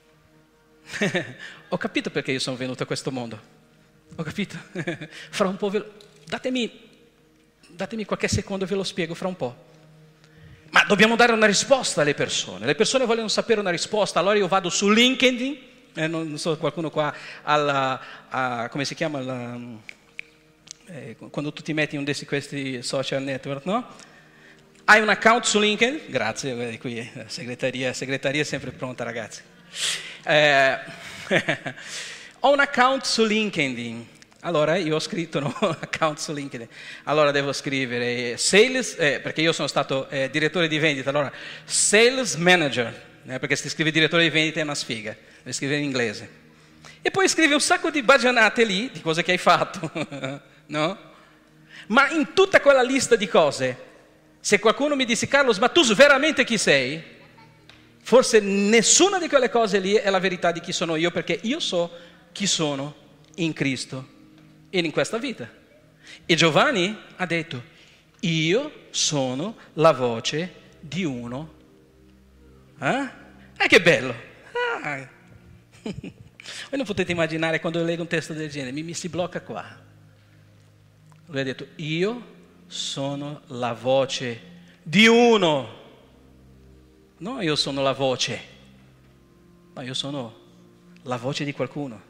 Ho capito perché io sono venuto a questo mondo. Ho capito. Fra un po' ve lo... datemi, datemi qualche secondo e ve lo spiego fra un po'. Ma dobbiamo dare una risposta alle persone. Le persone vogliono sapere una risposta. Allora io vado su LinkedIn, eh, non so, qualcuno qua, alla, a, come si chiama, alla, eh, quando tu ti metti in uno di questi social network, no? Hai un account su LinkedIn? Grazie, vedi qui, la segreteria, segreteria è sempre pronta, ragazzi. Eh, ho un account su LinkedIn. Allora io ho scritto un no, account su LinkedIn, allora devo scrivere sales, eh, perché io sono stato eh, direttore di vendita, allora sales manager, eh, perché se scrive direttore di vendita è una sfiga, devi scrivere in inglese. E poi scrivi un sacco di baggianate lì, di cose che hai fatto, no? Ma in tutta quella lista di cose, se qualcuno mi dice Carlos, ma tu veramente chi sei? Forse nessuna di quelle cose lì è la verità di chi sono io, perché io so chi sono in Cristo. E in questa vita. E Giovanni ha detto, io sono la voce di uno. Eh? Eh che bello! Ah. Voi non potete immaginare quando io leggo un testo del genere, mi, mi si blocca qua. Lui ha detto, io sono la voce di uno. No, io sono la voce. No, io sono la voce di qualcuno.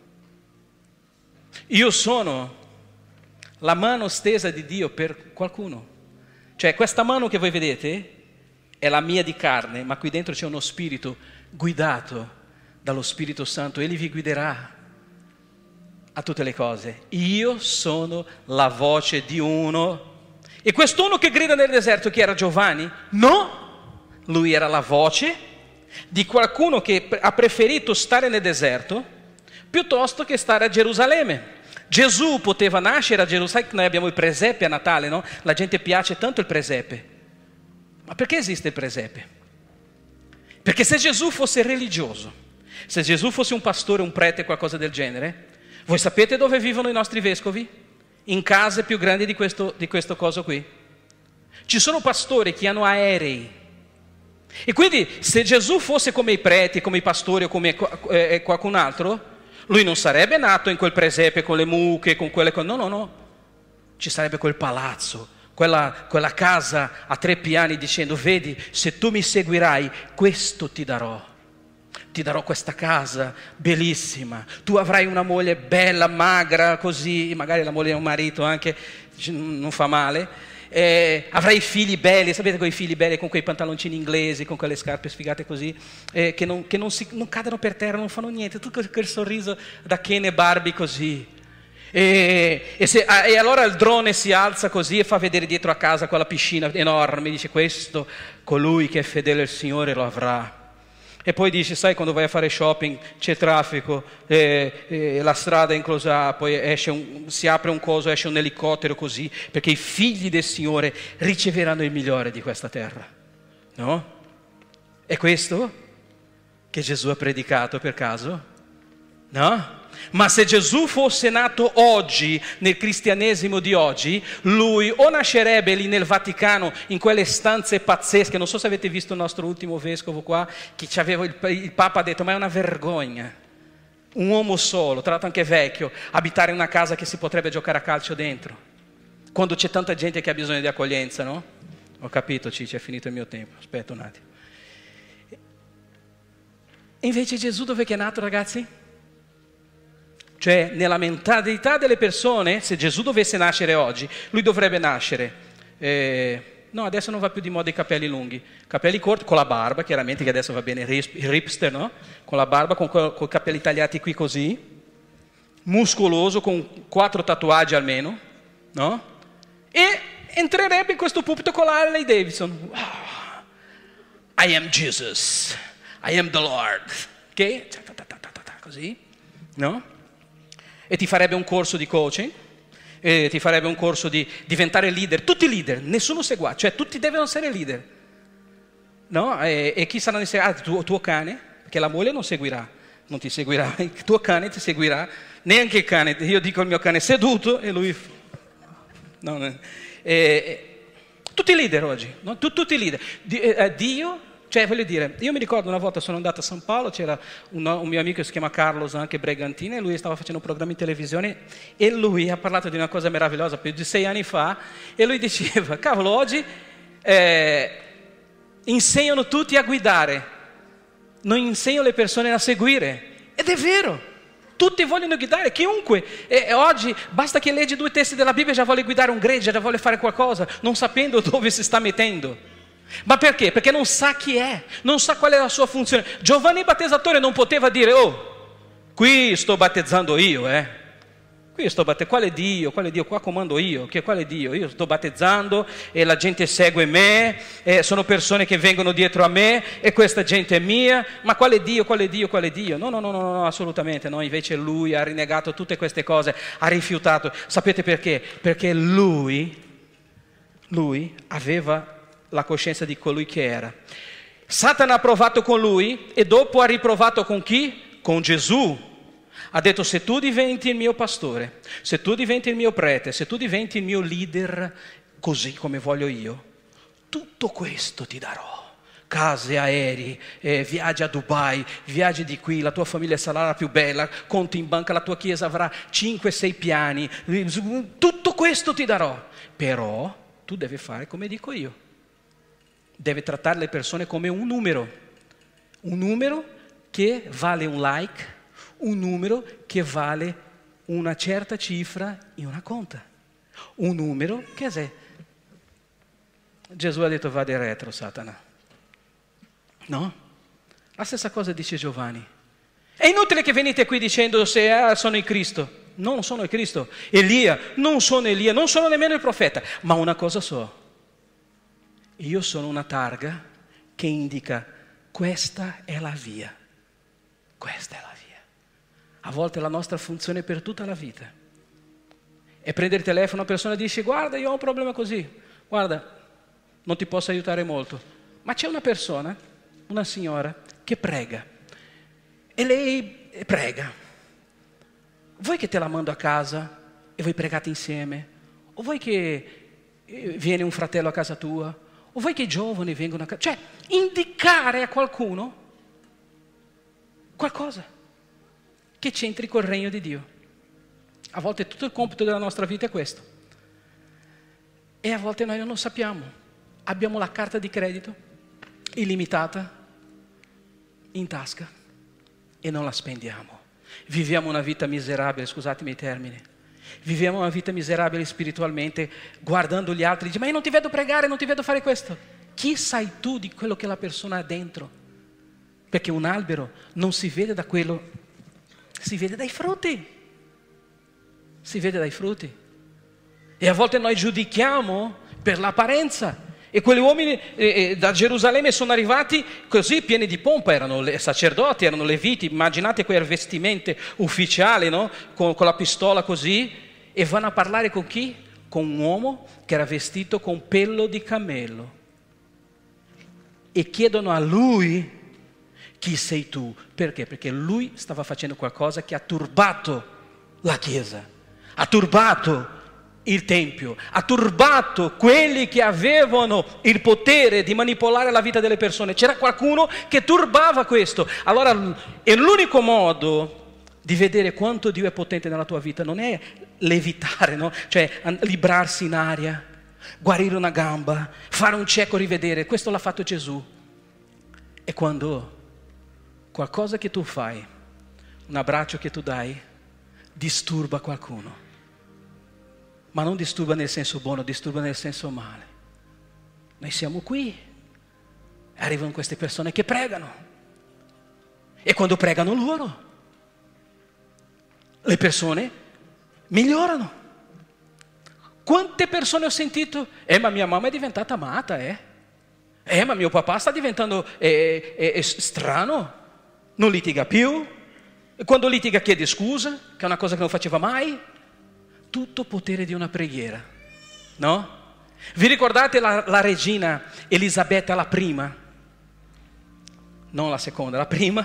Io sono la mano stesa di Dio per qualcuno. Cioè questa mano che voi vedete è la mia di carne, ma qui dentro c'è uno spirito guidato dallo Spirito Santo. Egli vi guiderà a tutte le cose. Io sono la voce di uno. E quest'uno che grida nel deserto, chi era Giovanni? No, lui era la voce di qualcuno che ha preferito stare nel deserto piuttosto che stare a Gerusalemme. Gesù poteva nascere a Gerusalemme, noi abbiamo il presepe a Natale, no? La gente piace tanto il presepe. Ma perché esiste il presepe? Perché se Gesù fosse religioso, se Gesù fosse un pastore, un prete, qualcosa del genere, voi sapete dove vivono i nostri vescovi? In case più grandi di questo, di questo coso qui. Ci sono pastori che hanno aerei. E quindi se Gesù fosse come i preti, come i pastori o come eh, qualcun altro, lui non sarebbe nato in quel presepe con le mucche, con quelle cose. No, no, no. Ci sarebbe quel palazzo, quella, quella casa a tre piani dicendo, vedi, se tu mi seguirai, questo ti darò. Ti darò questa casa bellissima. Tu avrai una moglie bella, magra, così, magari la moglie è un marito anche, non fa male. Eh, avrai figli belli, sapete quei figli belli con quei pantaloncini inglesi, con quelle scarpe sfigate così, eh, che, non, che non, si, non cadono per terra, non fanno niente, tutto quel sorriso da Ken e Barbie così. E, e, se, e allora il drone si alza così e fa vedere dietro a casa quella piscina enorme, dice questo, colui che è fedele al Signore lo avrà. E poi dice, sai, quando vai a fare shopping c'è traffico, eh, eh, la strada è inclosa, poi esce un, si apre un coso, esce un elicottero così, perché i figli del Signore riceveranno il migliore di questa terra. No? È questo che Gesù ha predicato per caso? No? Ma se Gesù fosse nato oggi, nel cristianesimo di oggi, lui o nascerebbe lì nel Vaticano, in quelle stanze pazzesche, non so se avete visto il nostro ultimo vescovo qua, che ci aveva il, il Papa ha detto, ma è una vergogna, un uomo solo, tra l'altro anche vecchio, abitare in una casa che si potrebbe giocare a calcio dentro, quando c'è tanta gente che ha bisogno di accoglienza, no? Ho capito, Cicci, è finito il mio tempo, aspetta un attimo. E invece Gesù dove è nato, ragazzi? Cioè nella mentalità delle persone, se Gesù dovesse nascere oggi, lui dovrebbe nascere, eh, no adesso non va più di moda i capelli lunghi, capelli corti, con la barba, chiaramente che adesso va bene il hipster, no? Con la barba, con, con i capelli tagliati qui così, muscoloso, con quattro tatuaggi almeno, no? E entrerebbe in questo pulpito con la Harley Davidson. Wow. I am Jesus, I am the Lord, ok? Così, no? E ti farebbe un corso di coaching, e ti farebbe un corso di diventare leader, tutti leader, nessuno seguace, cioè tutti devono essere leader, no? E, e chi saranno i seguaci? Ah, tuo, tuo cane, perché la moglie non seguirà, non ti seguirà, il tuo cane ti seguirà, neanche il cane, io dico il mio cane seduto e lui... No, no. E, e, tutti leader oggi, no? Tutti leader, di, eh, Dio... Cioè, voglio dire, io mi ricordo una volta sono andato a San Paolo, c'era un, un mio amico che si chiama Carlos, anche Bregantini, e lui stava facendo un programma in televisione e lui ha parlato di una cosa meravigliosa più di sei anni fa e lui diceva, cavolo, oggi eh, insegnano tutti a guidare, non insegnano le persone a seguire. Ed è vero, tutti vogliono guidare, chiunque. E oggi basta che leggi due testi della Bibbia e già vuole guidare un gregge, già vuole fare qualcosa, non sapendo dove si sta mettendo. Ma perché? Perché non sa chi è, non sa qual è la sua funzione. Giovanni Battezzatore non poteva dire, oh, qui sto battezzando io, eh. Qui sto battezzando, quale Dio? Quale Dio? Qua comando io, che quale Dio? Io sto battezzando e la gente segue me, e sono persone che vengono dietro a me e questa gente è mia, ma quale Dio? Quale Dio? Quale Dio? No, no, no, no, no, assolutamente no, invece lui ha rinnegato tutte queste cose, ha rifiutato. Sapete perché? Perché lui, lui aveva la coscienza di colui che era. Satana ha provato con lui e dopo ha riprovato con chi? Con Gesù. Ha detto, se tu diventi il mio pastore, se tu diventi il mio prete, se tu diventi il mio leader così come voglio io, tutto questo ti darò. Case, aerei, eh, viaggi a Dubai, viaggi di qui, la tua famiglia sarà la più bella, conti in banca, la tua chiesa avrà cinque sei piani, tutto questo ti darò. Però tu devi fare come dico io. Deve trattare le persone come un numero, un numero che vale un like, un numero che vale una certa cifra in una conta, un numero che è... Gesù ha detto vada retro, Satana. No? La stessa cosa dice Giovanni. È inutile che venite qui dicendo se ah, sono il Cristo. No, non sono il Cristo. Elia, non sono Elia, non sono nemmeno il profeta, ma una cosa so. Io sono una targa che indica questa è la via, questa è la via. A volte la nostra funzione per tutta la vita è prendere il telefono, una persona dice guarda io ho un problema così, guarda non ti posso aiutare molto, ma c'è una persona, una signora che prega e lei prega. Vuoi che te la mando a casa e voi pregate insieme? O vuoi che viene un fratello a casa tua? O vuoi che i giovani vengano a casa? Cioè, indicare a qualcuno qualcosa che c'entri col regno di Dio. A volte tutto il compito della nostra vita è questo. E a volte noi non lo sappiamo. Abbiamo la carta di credito illimitata in tasca e non la spendiamo. Viviamo una vita miserabile, scusatemi i termini. Viviamo una vita miserabile spiritualmente, guardando gli altri, dice, ma io non ti vedo pregare, non ti vedo fare questo. Chi sai tu di quello che la persona ha dentro? Perché un albero non si vede da quello, si vede dai frutti. Si vede dai frutti. E a volte noi giudichiamo per l'apparenza. E quegli uomini eh, da Gerusalemme sono arrivati così pieni di pompa, erano le, sacerdoti, erano leviti, immaginate quel vestimento ufficiale, no? con, con la pistola così, e vanno a parlare con chi? Con un uomo che era vestito con pello di cammello. E chiedono a lui: chi sei tu? Perché? Perché lui stava facendo qualcosa che ha turbato la Chiesa, ha turbato il Tempio, ha turbato quelli che avevano il potere di manipolare la vita delle persone. C'era qualcuno che turbava questo. Allora, è l'unico modo di vedere quanto Dio è potente nella tua vita, non è levitare, no? Cioè librarsi in aria, guarire una gamba, fare un cieco rivedere. Questo l'ha fatto Gesù. E quando qualcosa che tu fai, un abbraccio che tu dai, disturba qualcuno, ma non disturba nel senso buono, disturba nel senso male. Noi siamo qui, arrivano queste persone che pregano, e quando pregano loro, le persone migliorano. Quante persone ho sentito? Eh, ma mia mamma è diventata matta, eh? Eh, ma mio papà sta diventando eh, eh, eh, strano, non litiga più, e quando litiga chiede scusa, che è una cosa che non faceva mai. Tutto potere di una preghiera, no? Vi ricordate la, la regina Elisabetta la prima? Non la seconda, la prima.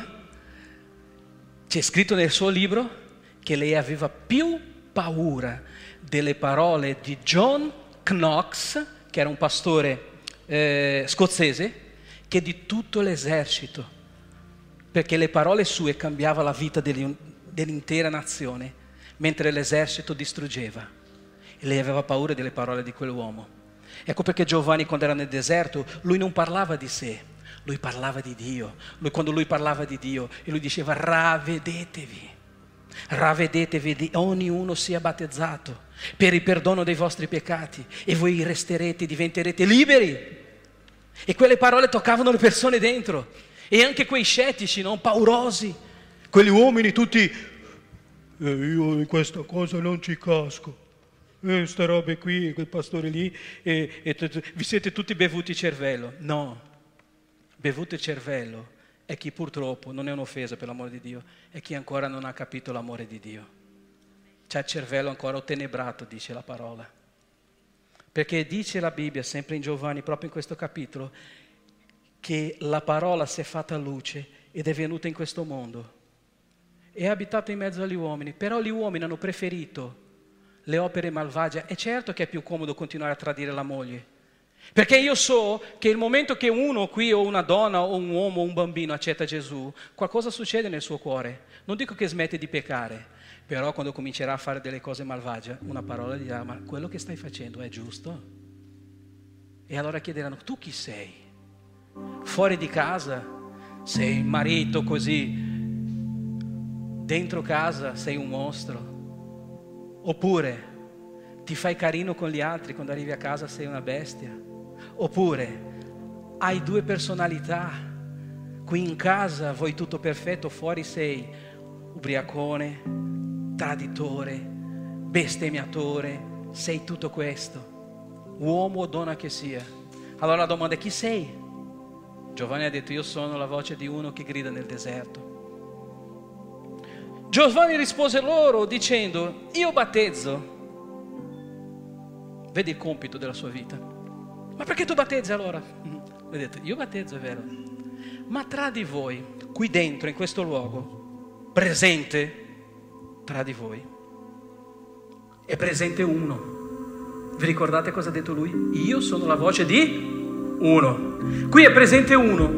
C'è scritto nel suo libro che lei aveva più paura delle parole di John Knox, che era un pastore eh, scozzese, che di tutto l'esercito, perché le parole sue cambiavano la vita degli, dell'intera nazione, mentre l'esercito distruggeva. E lei aveva paura delle parole di quell'uomo. Ecco perché Giovanni, quando era nel deserto, lui non parlava di sé, lui parlava di Dio. Lui, quando lui parlava di Dio, e lui diceva: ravvedetevi, ravvedetevi, ognuno sia battezzato per il perdono dei vostri peccati, e voi resterete, diventerete liberi. E quelle parole toccavano le persone dentro, e anche quei scettici, no? Paurosi, quegli uomini tutti: Eh, io in questa cosa non ci casco, eh, sta robe qui, quel pastore lì, e, e t- t- vi siete tutti bevuti il cervello. No, bevuto il cervello è chi purtroppo, non è un'offesa per l'amore di Dio, è chi ancora non ha capito l'amore di Dio. C'ha il cervello ancora ottenebrato, dice la parola. Perché dice la Bibbia, sempre in Giovanni, proprio in questo capitolo, che la parola si è fatta luce ed è venuta in questo mondo. È abitato in mezzo agli uomini, però gli uomini hanno preferito le opere malvagie. È certo che è più comodo continuare a tradire la moglie, perché io so che il momento che uno qui, o una donna, o un uomo, o un bambino accetta Gesù, qualcosa succede nel suo cuore. Non dico che smette di peccare, però quando comincerà a fare delle cose malvagie, una parola dirà: ma quello che stai facendo è giusto? E allora chiederanno: tu chi sei? Fuori di casa sei il marito così, dentro casa sei un mostro. Oppure ti fai carino con gli altri, quando arrivi a casa sei una bestia. Oppure hai due personalità, qui in casa vuoi tutto perfetto, fuori sei ubriacone, traditore, bestemmiatore, sei tutto questo, uomo o donna che sia. Allora la domanda è: chi sei? Giovanni ha detto: io sono la voce di uno che grida nel deserto. Giovanni rispose loro dicendo: io battezzo. Vedi il compito della sua vita. Ma perché tu battezzi allora? Ho detto: io battezzo, è vero, ma tra di voi, qui dentro, in questo luogo, presente tra di voi, è presente uno. Vi ricordate cosa ha detto lui? Io sono la voce di uno. Qui è presente uno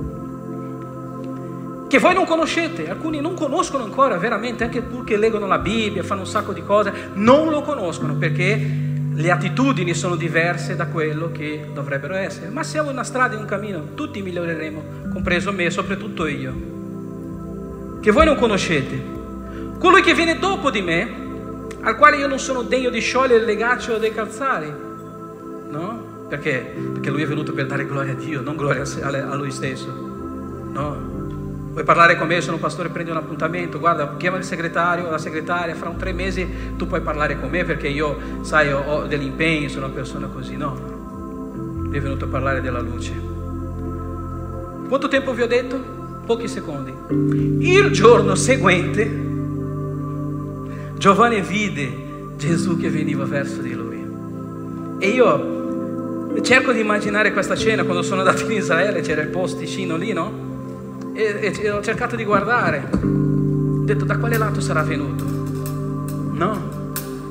che voi non conoscete, alcuni non conoscono ancora veramente, anche pur che leggono la Bibbia, fanno un sacco di cose, non lo conoscono perché le attitudini sono diverse da quello che dovrebbero essere. Ma siamo in una strada, in un cammino, tutti miglioreremo, compreso me, soprattutto io, che voi non conoscete. Colui che viene dopo di me, al quale io non sono degno di sciogliere il legaccio dei calzari, no? Perché? Perché lui è venuto per dare gloria a Dio, non gloria a lui stesso, no? Vuoi parlare con me? Sono un pastore, prendi un appuntamento, guarda, chiama il segretario o la segretaria, fra un tre mesi tu puoi parlare con me perché io, sai, ho, ho degli impegni, sono una persona così. No, lui è venuto a parlare della luce. Quanto tempo vi ho detto? Pochi secondi. Il giorno seguente Giovanni vide Gesù che veniva verso di lui. E io cerco di immaginare questa scena. Quando sono andato in Israele c'era il posticino lì, no? E, e ho cercato di guardare, ho detto da quale lato sarà venuto, no?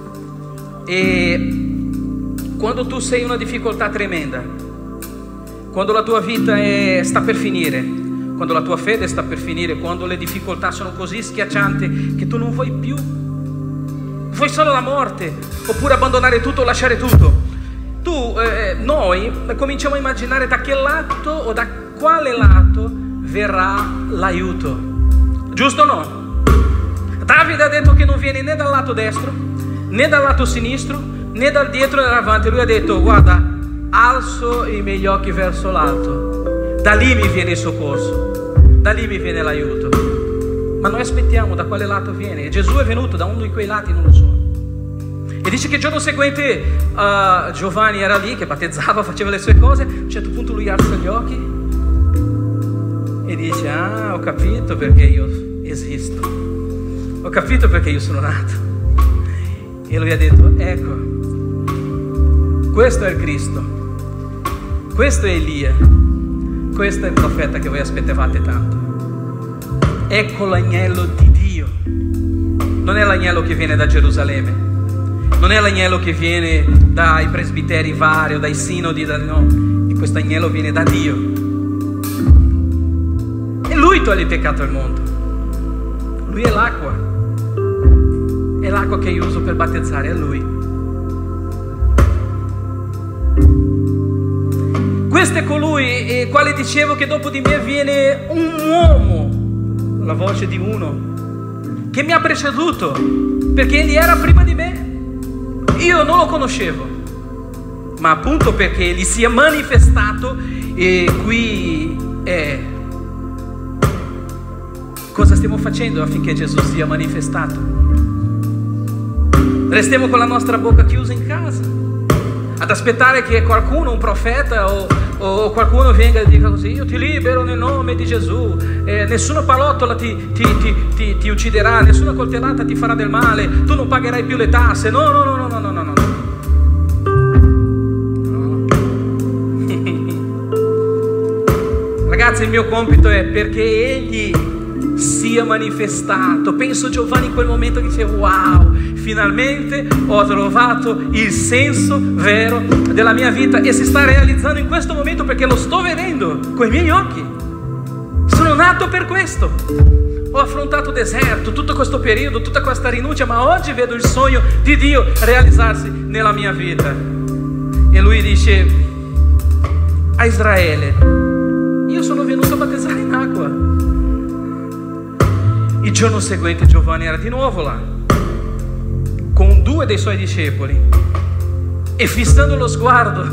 E quando tu sei in una difficoltà tremenda, quando la tua vita è, sta per finire, quando la tua fede sta per finire, quando le difficoltà sono così schiaccianti che tu non vuoi più, vuoi solo la morte, oppure abbandonare tutto o lasciare tutto, tu, eh, noi cominciamo a immaginare da che lato o da quale lato verrà l'aiuto, giusto o no? Davide ha detto che non viene né dal lato destro né dal lato sinistro né dal dietro né davanti. Lui ha detto: guarda, alzo i miei occhi verso l'alto, da lì mi viene il soccorso, da lì mi viene l'aiuto. Ma noi aspettiamo da quale lato viene, e Gesù è venuto da uno di quei lati, non lo so. E dice che il giorno seguente uh, Giovanni era lì che battezzava, faceva le sue cose. A un certo punto lui alza gli occhi e dice: ah, ho capito perché io esisto, ho capito perché io sono nato. E lui ha detto: ecco, questo è il Cristo, questo è Elia, questo è il profeta che voi aspettavate tanto. Ecco l'agnello di Dio. Non è l'agnello che viene da Gerusalemme, non è l'agnello che viene dai presbiteri vari o dai sinodi, no, e questo agnello viene da Dio. Lui toglie il peccato al mondo. Lui è l'acqua. È l'acqua che io uso per battezzare, è Lui. Questo è colui il quale dicevo che dopo di me viene un uomo, la voce di uno, che mi ha preceduto, perché egli era prima di me. Io non lo conoscevo, ma appunto perché egli si è manifestato, e qui è. Cosa stiamo facendo affinché Gesù sia manifestato? Restiamo con la nostra bocca chiusa in casa ad aspettare che qualcuno, un profeta o, o qualcuno venga e dica così: io ti libero nel nome di Gesù, eh, nessuna palottola ti, ti, ti, ti, ti ucciderà, nessuna coltellata ti farà del male, tu non pagherai più le tasse. No, no, no, no, no, no, no, no. Ragazzi, il mio compito è perché Egli sia manifestato. Penso Giovanni in quel momento che dice: wow, finalmente ho trovato il senso vero della mia vita, e si sta realizzando in questo momento perché lo sto vedendo con i miei occhi. Sono nato per questo. Ho affrontato deserto, tutto questo periodo, tutta questa rinuncia, ma oggi vedo il sogno di Dio realizzarsi nella mia vita. E lui dice a Israele: io sono venuto a battezzare in acqua. Il giorno seguente Giovanni era di nuovo là con due dei suoi discepoli, e fissando lo sguardo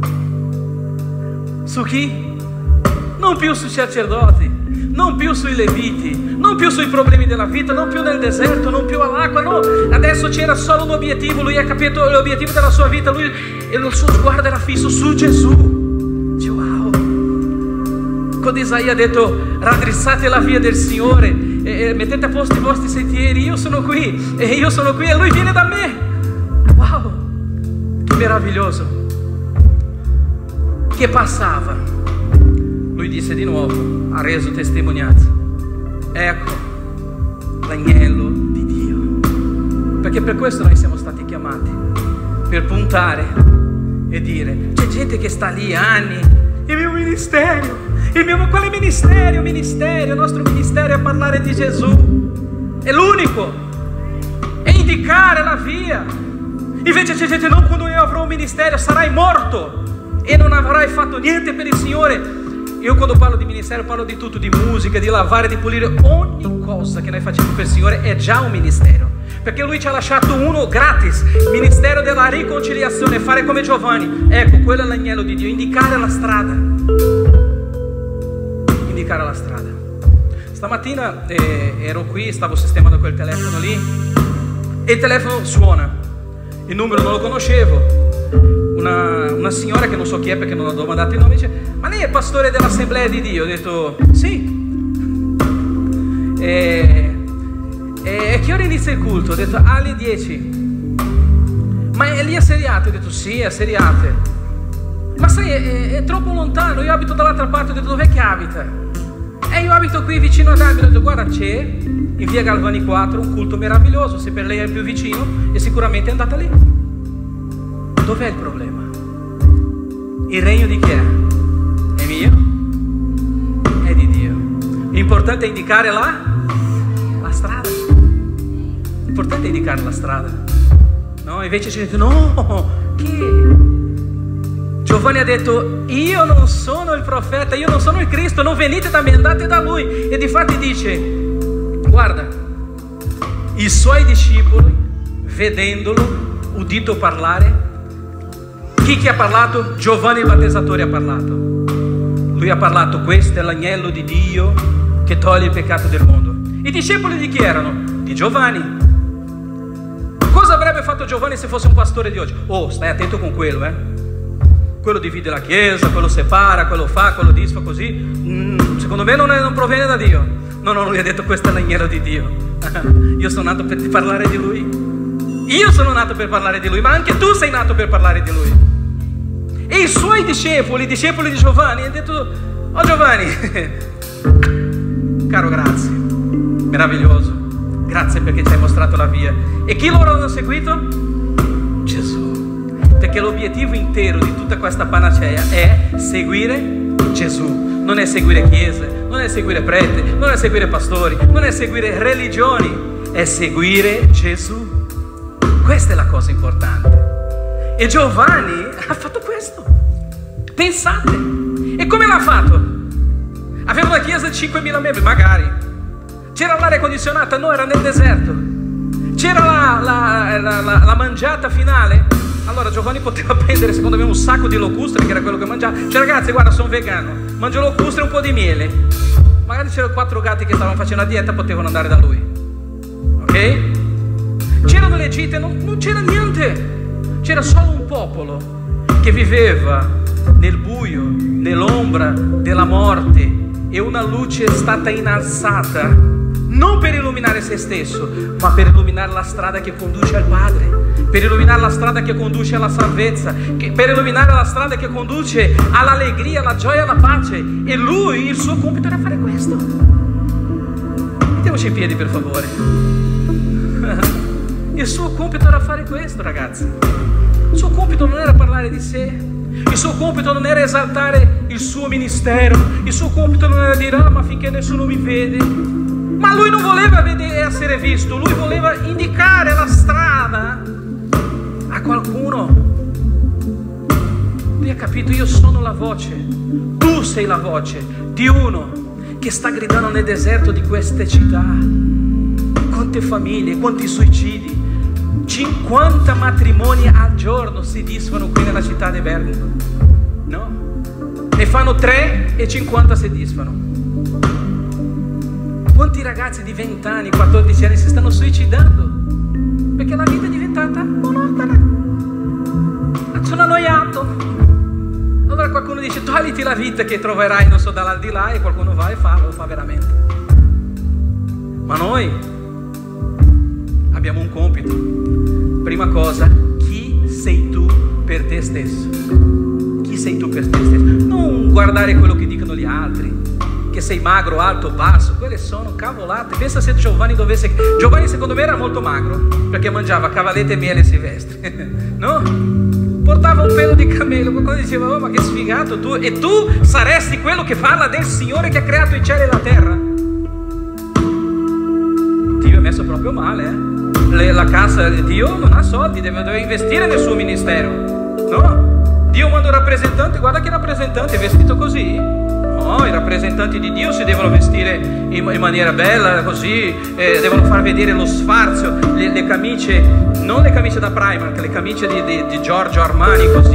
su chi? Non più sui sacerdoti, non più sui leviti, non più sui problemi della vita, non più nel deserto, non più all'acqua, no. Adesso c'era solo un obiettivo. Lui ha capito l'obiettivo della sua vita, lui, e il suo sguardo era fisso su Gesù. Dice: wow. Quando Isaia ha detto: raddrizzate la via del Signore, e, e mettete a posto i vostri sentieri, io sono qui, e io sono qui, e Lui viene da me. Wow, che meraviglioso. Che passava. Lui disse di nuovo, ha reso testimonianza: ecco l'agnello di Dio. Perché per questo noi siamo stati chiamati, per puntare e dire: c'è gente che sta lì anni, il mio ministero, il mio, quale ministero? Ministero, il nostro ministero è parlare di Gesù, è l'unico, è indicare la via. Invece c'è gente: no, quando io avrò un ministero sarai morto e non avrai fatto niente per il Signore. Io quando parlo di ministero parlo di tutto, di musica, di lavare, di pulire. Ogni cosa che noi facciamo per il Signore è già un ministero, perché Lui ci ha lasciato uno gratis, ministero della riconciliazione. Fare come Giovanni, ecco, quello è l'agnello di Dio, indicare la strada, indicare la strada. Stamattina eh, ero qui, stavo sistemando quel telefono lì e il telefono suona, il numero non lo conoscevo. Una, una signora che non so chi è perché non ho domandato il nome dice: ma lei è il pastore dell'Assemblea di Dio? Ho detto sì. E, e che ora inizia il culto? Ho detto alle dieci. Ma è lì a Seriate? Ho detto sì, a Seriate. Ma sai, è, è troppo lontano, io abito dall'altra parte. Ho detto dov'è che abita? E io abito qui vicino ad Abile. Ho detto guarda, c'è in via Galvani quattro un culto meraviglioso, se per lei è il più vicino e sicuramente è andata lì. Dov'è il problema? Il regno di chi è? È mio? È di Dio. L'importante è indicare la, la strada. L'importante è indicare la strada. No, invece ci dice no, che? Giovanni ha detto io non sono il profeta, io non sono il Cristo, non venite da me, andate da lui. E difatti dice, guarda, i suoi discepoli vedendolo, udito parlare, chi che ha parlato? Giovanni il battezzatore ha parlato. Lui ha parlato, questo è l'agnello di Dio che toglie il peccato del mondo. I discepoli di chi erano? Di Giovanni. Cosa avrebbe fatto Giovanni se fosse un pastore di oggi? Oh, stai attento con quello, eh. Quello divide la chiesa, quello separa, quello fa, quello disfa così. Mm, secondo me non, è, non proviene da Dio. No, no, lui ha detto questo è l'agnello di Dio. Io sono nato per parlare di lui. Io sono nato per parlare di lui, ma anche tu sei nato per parlare di lui. E i suoi discepoli, i discepoli di Giovanni, hanno detto, oh Giovanni, caro grazie, meraviglioso. Grazie perché ci hai mostrato la via. E chi loro hanno seguito? Gesù. Perché l'obiettivo intero di tutta questa panacea è seguire Gesù. Non è seguire chiese, non è seguire preti, non è seguire pastori, non è seguire religioni, è seguire Gesù. Questa è la cosa importante. E Giovanni ha fatto questo. Pensate. E come l'ha fatto? Aveva una chiesa di cinquemila membri, magari. C'era l'aria condizionata? No, era nel deserto. C'era la, la, la, la, la mangiata finale? Allora Giovanni poteva prendere secondo me un sacco di locustre, che era quello che mangiava. Cioè ragazzi, guarda, sono vegano, mangio locustre e un po' di miele. Magari c'erano quattro gatti che stavano facendo la dieta, potevano andare da lui. Ok? C'erano le gite, non, non c'era niente. C'era solo un popolo che viveva nel buio, nell'ombra della morte, e una luce è stata innalzata non per illuminare se stesso, ma per illuminare la strada che conduce al Padre, per illuminare la strada che conduce alla salvezza, che, per illuminare la strada che conduce all'allegria, alla gioia, alla pace. E lui, il suo compito era fare questo. Mettiamoci in piedi per favore. Il suo compito era fare questo, ragazzi. Il suo compito non era parlare di sé. Il suo compito non era esaltare il suo ministero. Il suo compito non era dire, ah, ma finché nessuno mi vede. Ma lui non voleva vedere, essere visto. Lui voleva indicare la strada a qualcuno. Lui ha capito, io sono la voce, tu sei la voce di uno che sta gridando nel deserto di queste città. Quante famiglie, quanti suicidi, cinquanta matrimoni al giorno si disfano qui nella città di Bergamo, no? Ne fanno tre e cinquanta si disfano. Quanti ragazzi di venti anni, quattordici anni si stanno suicidando perché la vita è diventata monotona. Sono annoiato. Allora qualcuno dice togliti la vita che troverai non so dall'aldilà, e qualcuno va e fa, lo fa veramente. Ma noi abbiamo un compito. Prima cosa, chi sei tu per te stesso? Chi sei tu per te stesso? Non guardare quello che dicono gli altri, che sei magro, alto, basso, quelle sono cavolate. Pensa se Giovanni dovesse... Giovanni secondo me era molto magro, perché mangiava cavallette e miele silvestre, no? Portava un pelo di cammello. Qualcuno diceva, oh ma che sfigato tu, e tu saresti quello che parla del Signore che ha creato i cieli e la terra. Dio è messo proprio male, eh? Le, la casa di Dio non ha soldi, deve, deve investire nel suo ministero, no? Dio manda un rappresentante, guarda che rappresentante è vestito così. No, i rappresentanti di Dio si devono vestire in, in maniera bella, così, eh, devono far vedere lo sfarzo, le, le camicie, non le camicie da Primark, le camicie di, di, di Giorgio Armani, così,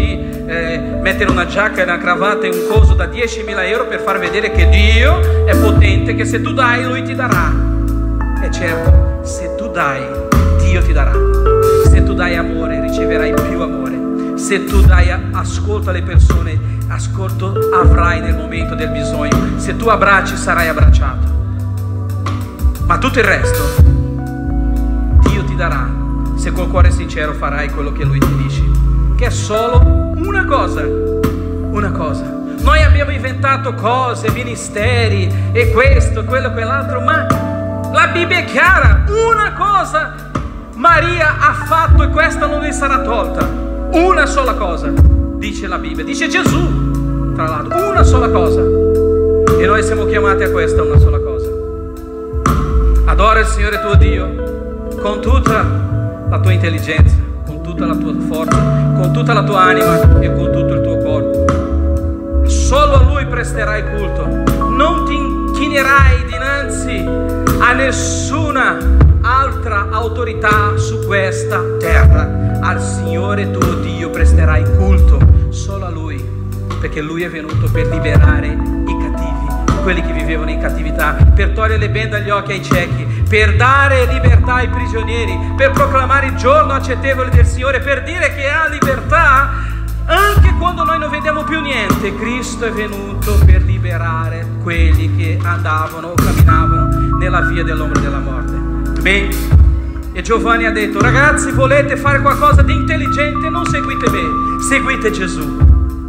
eh, mettere una giacca e una cravatta e un coso da diecimila euro per far vedere che Dio è potente, che se tu dai Lui ti darà. E certo, se tu dai Dio ti darà. Se tu dai amore riceverai più amore. Se tu dai ascolto alle persone, ascolto avrai nel momento del bisogno. Se tu abbracci sarai abbracciato. Ma tutto il resto Dio ti darà se col cuore sincero farai quello che Lui ti dice, che è solo una cosa, una cosa. Noi abbiamo inventato cose, ministeri e questo, quello, quell'altro, ma la Bibbia è chiara, una cosa Maria ha fatto e questa non le sarà tolta. Una sola cosa, dice la Bibbia, dice Gesù, tra l'altro, una sola cosa. E noi siamo chiamati a questa una sola cosa. Adora il Signore tuo Dio con tutta la tua intelligenza, con tutta la tua forza, con tutta la tua anima e con tutto il tuo corpo. Solo a Lui presterai culto. Non ti inchinerai dinanzi a nessuna altra autorità su questa terra. Al Signore tuo Dio presterai culto, solo a Lui, perché Lui è venuto per liberare i cattivi, quelli che vivevano in cattività, per togliere le bende dagli occhi ai ciechi, per dare libertà ai prigionieri, per proclamare il giorno accettevole del Signore, per dire che ha libertà anche quando noi non vediamo più niente. Cristo è venuto per liberare quelli che andavano o camminavano nella via dell'ombra della morte. Bene. E Giovanni ha detto: ragazzi, volete fare qualcosa di intelligente? Non seguite me, seguite Gesù.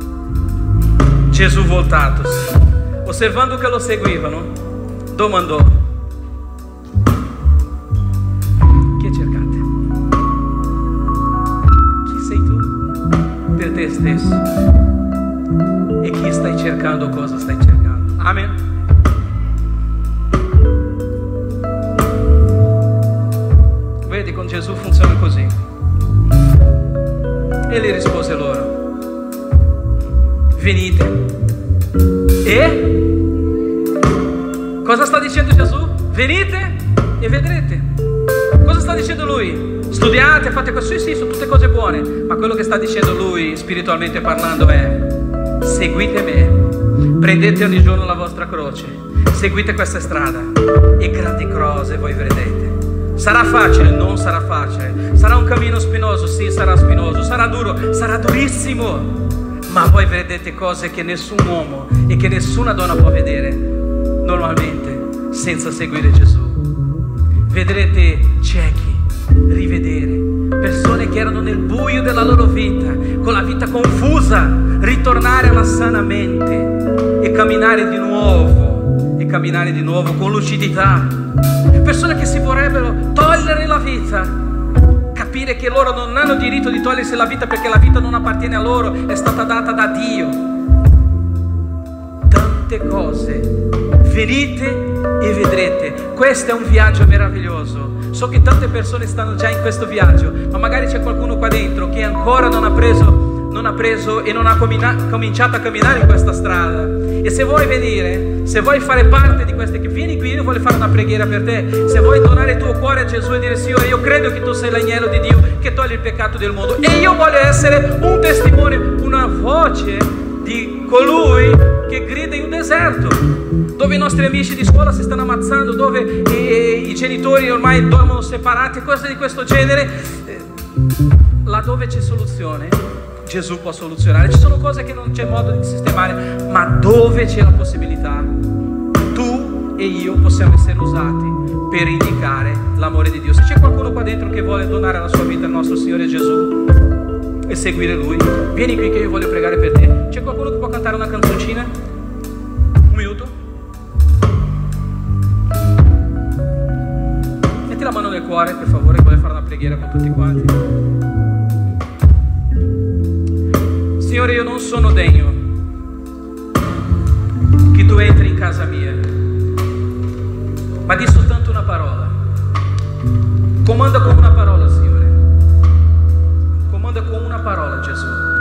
Gesù voltatosi, osservando che lo seguivano, domandò: chi cercate? Chi sei tu? Per te stesso. E chi stai cercando? Cosa stai cercando? Amen. Vedi, con Gesù funziona così. E gli rispose loro: venite. E? Cosa sta dicendo Gesù? Venite e vedrete. Cosa sta dicendo Lui? Studiate, fate così, sì, sono tutte cose buone. Ma quello che sta dicendo Lui, spiritualmente parlando, è: seguite me, prendete ogni giorno la vostra croce, seguite questa strada e grandi cose voi vedrete. Sarà facile? Non sarà facile. Sarà un cammino spinoso? Sì, sarà spinoso. Sarà duro? Sarà durissimo. Ma voi vedrete cose che nessun uomo e che nessuna donna può vedere normalmente senza seguire Gesù. Vedrete ciechi rivedere, persone che erano nel buio della loro vita, con la vita confusa, ritornare alla sana mente e camminare di nuovo, e camminare di nuovo con lucidità. Persone che si vorrebbero togliere la vita, capire che loro non hanno diritto di togliersi la vita perché la vita non appartiene a loro, è stata data da Dio. Tante cose. Venite e vedrete. Questo è un viaggio meraviglioso. So che tante persone stanno già in questo viaggio, ma magari c'è qualcuno qua dentro che ancora non ha preso, non ha preso e non ha cominciato a camminare in questa strada. E se vuoi venire, se vuoi fare parte di queste, che vieni qui, io voglio fare una preghiera per te. Se vuoi donare il tuo cuore a Gesù e dire: Signore, io credo che tu sei l'agnello di Dio che toglie il peccato del mondo, e io voglio essere un testimone, una voce di colui che grida in un deserto, dove i nostri amici di scuola si stanno ammazzando, dove i, i genitori ormai dormono separati, cose di questo genere. Laddove c'è soluzione, Gesù può soluzionare. Ci sono cose che non c'è modo di sistemare, ma dove c'è la possibilità, tu e io possiamo essere usati per indicare l'amore di Dio. Se c'è qualcuno qua dentro che vuole donare la sua vita al nostro Signore Gesù e seguire Lui, vieni qui che io voglio pregare per te. C'è qualcuno che può cantare una canzoncina? Un minuto? Metti la mano nel cuore, per favore, voglio fare una preghiera con tutti quanti. Signore, io non sono degno che tu entri in casa mia, ma di soltanto una parola. Comanda con una parola, Signore. Comanda con una parola, Gesù.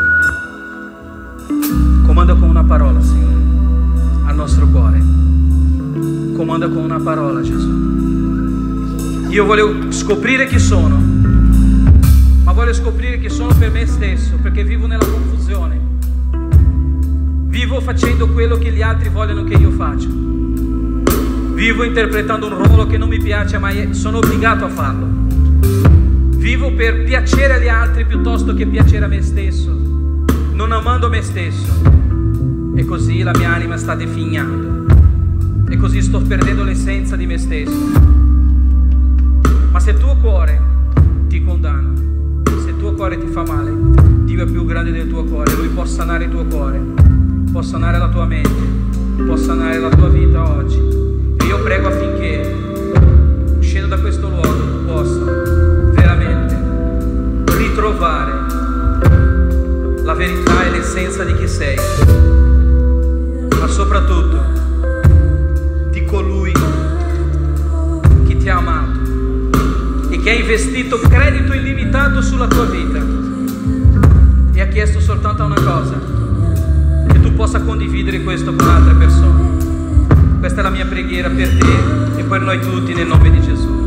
Comanda con una parola, Signore, al nostro cuore. Comanda con una parola, Gesù. Io voglio scoprire chi sono, ma voglio scoprire chi sono per me stesso, perché vivo nella confusione. Vivo facendo quello che gli altri vogliono che io faccia. Vivo interpretando un ruolo che non mi piace, ma sono obbligato a farlo. Vivo per piacere agli altri piuttosto che piacere a me stesso, non amando me stesso. E così la mia anima sta defignando. E così sto perdendo l'essenza di me stesso. Ma se il tuo cuore ti condanna, se il tuo cuore ti fa male, Dio è più grande del tuo cuore. Lui può sanare il tuo cuore, può sanare la tua mente, può sanare la tua vita oggi. E io prego affinché, uscendo da questo luogo, tu possa veramente ritrovare la verità e l'essenza di chi sei, ma soprattutto di colui che ti ha amato e che ha investito credito illimitato sulla tua vita e ha chiesto soltanto una cosa: che tu possa condividere questo con altre persone. Questa è la mia preghiera per te e per noi tutti, nel nome di Gesù.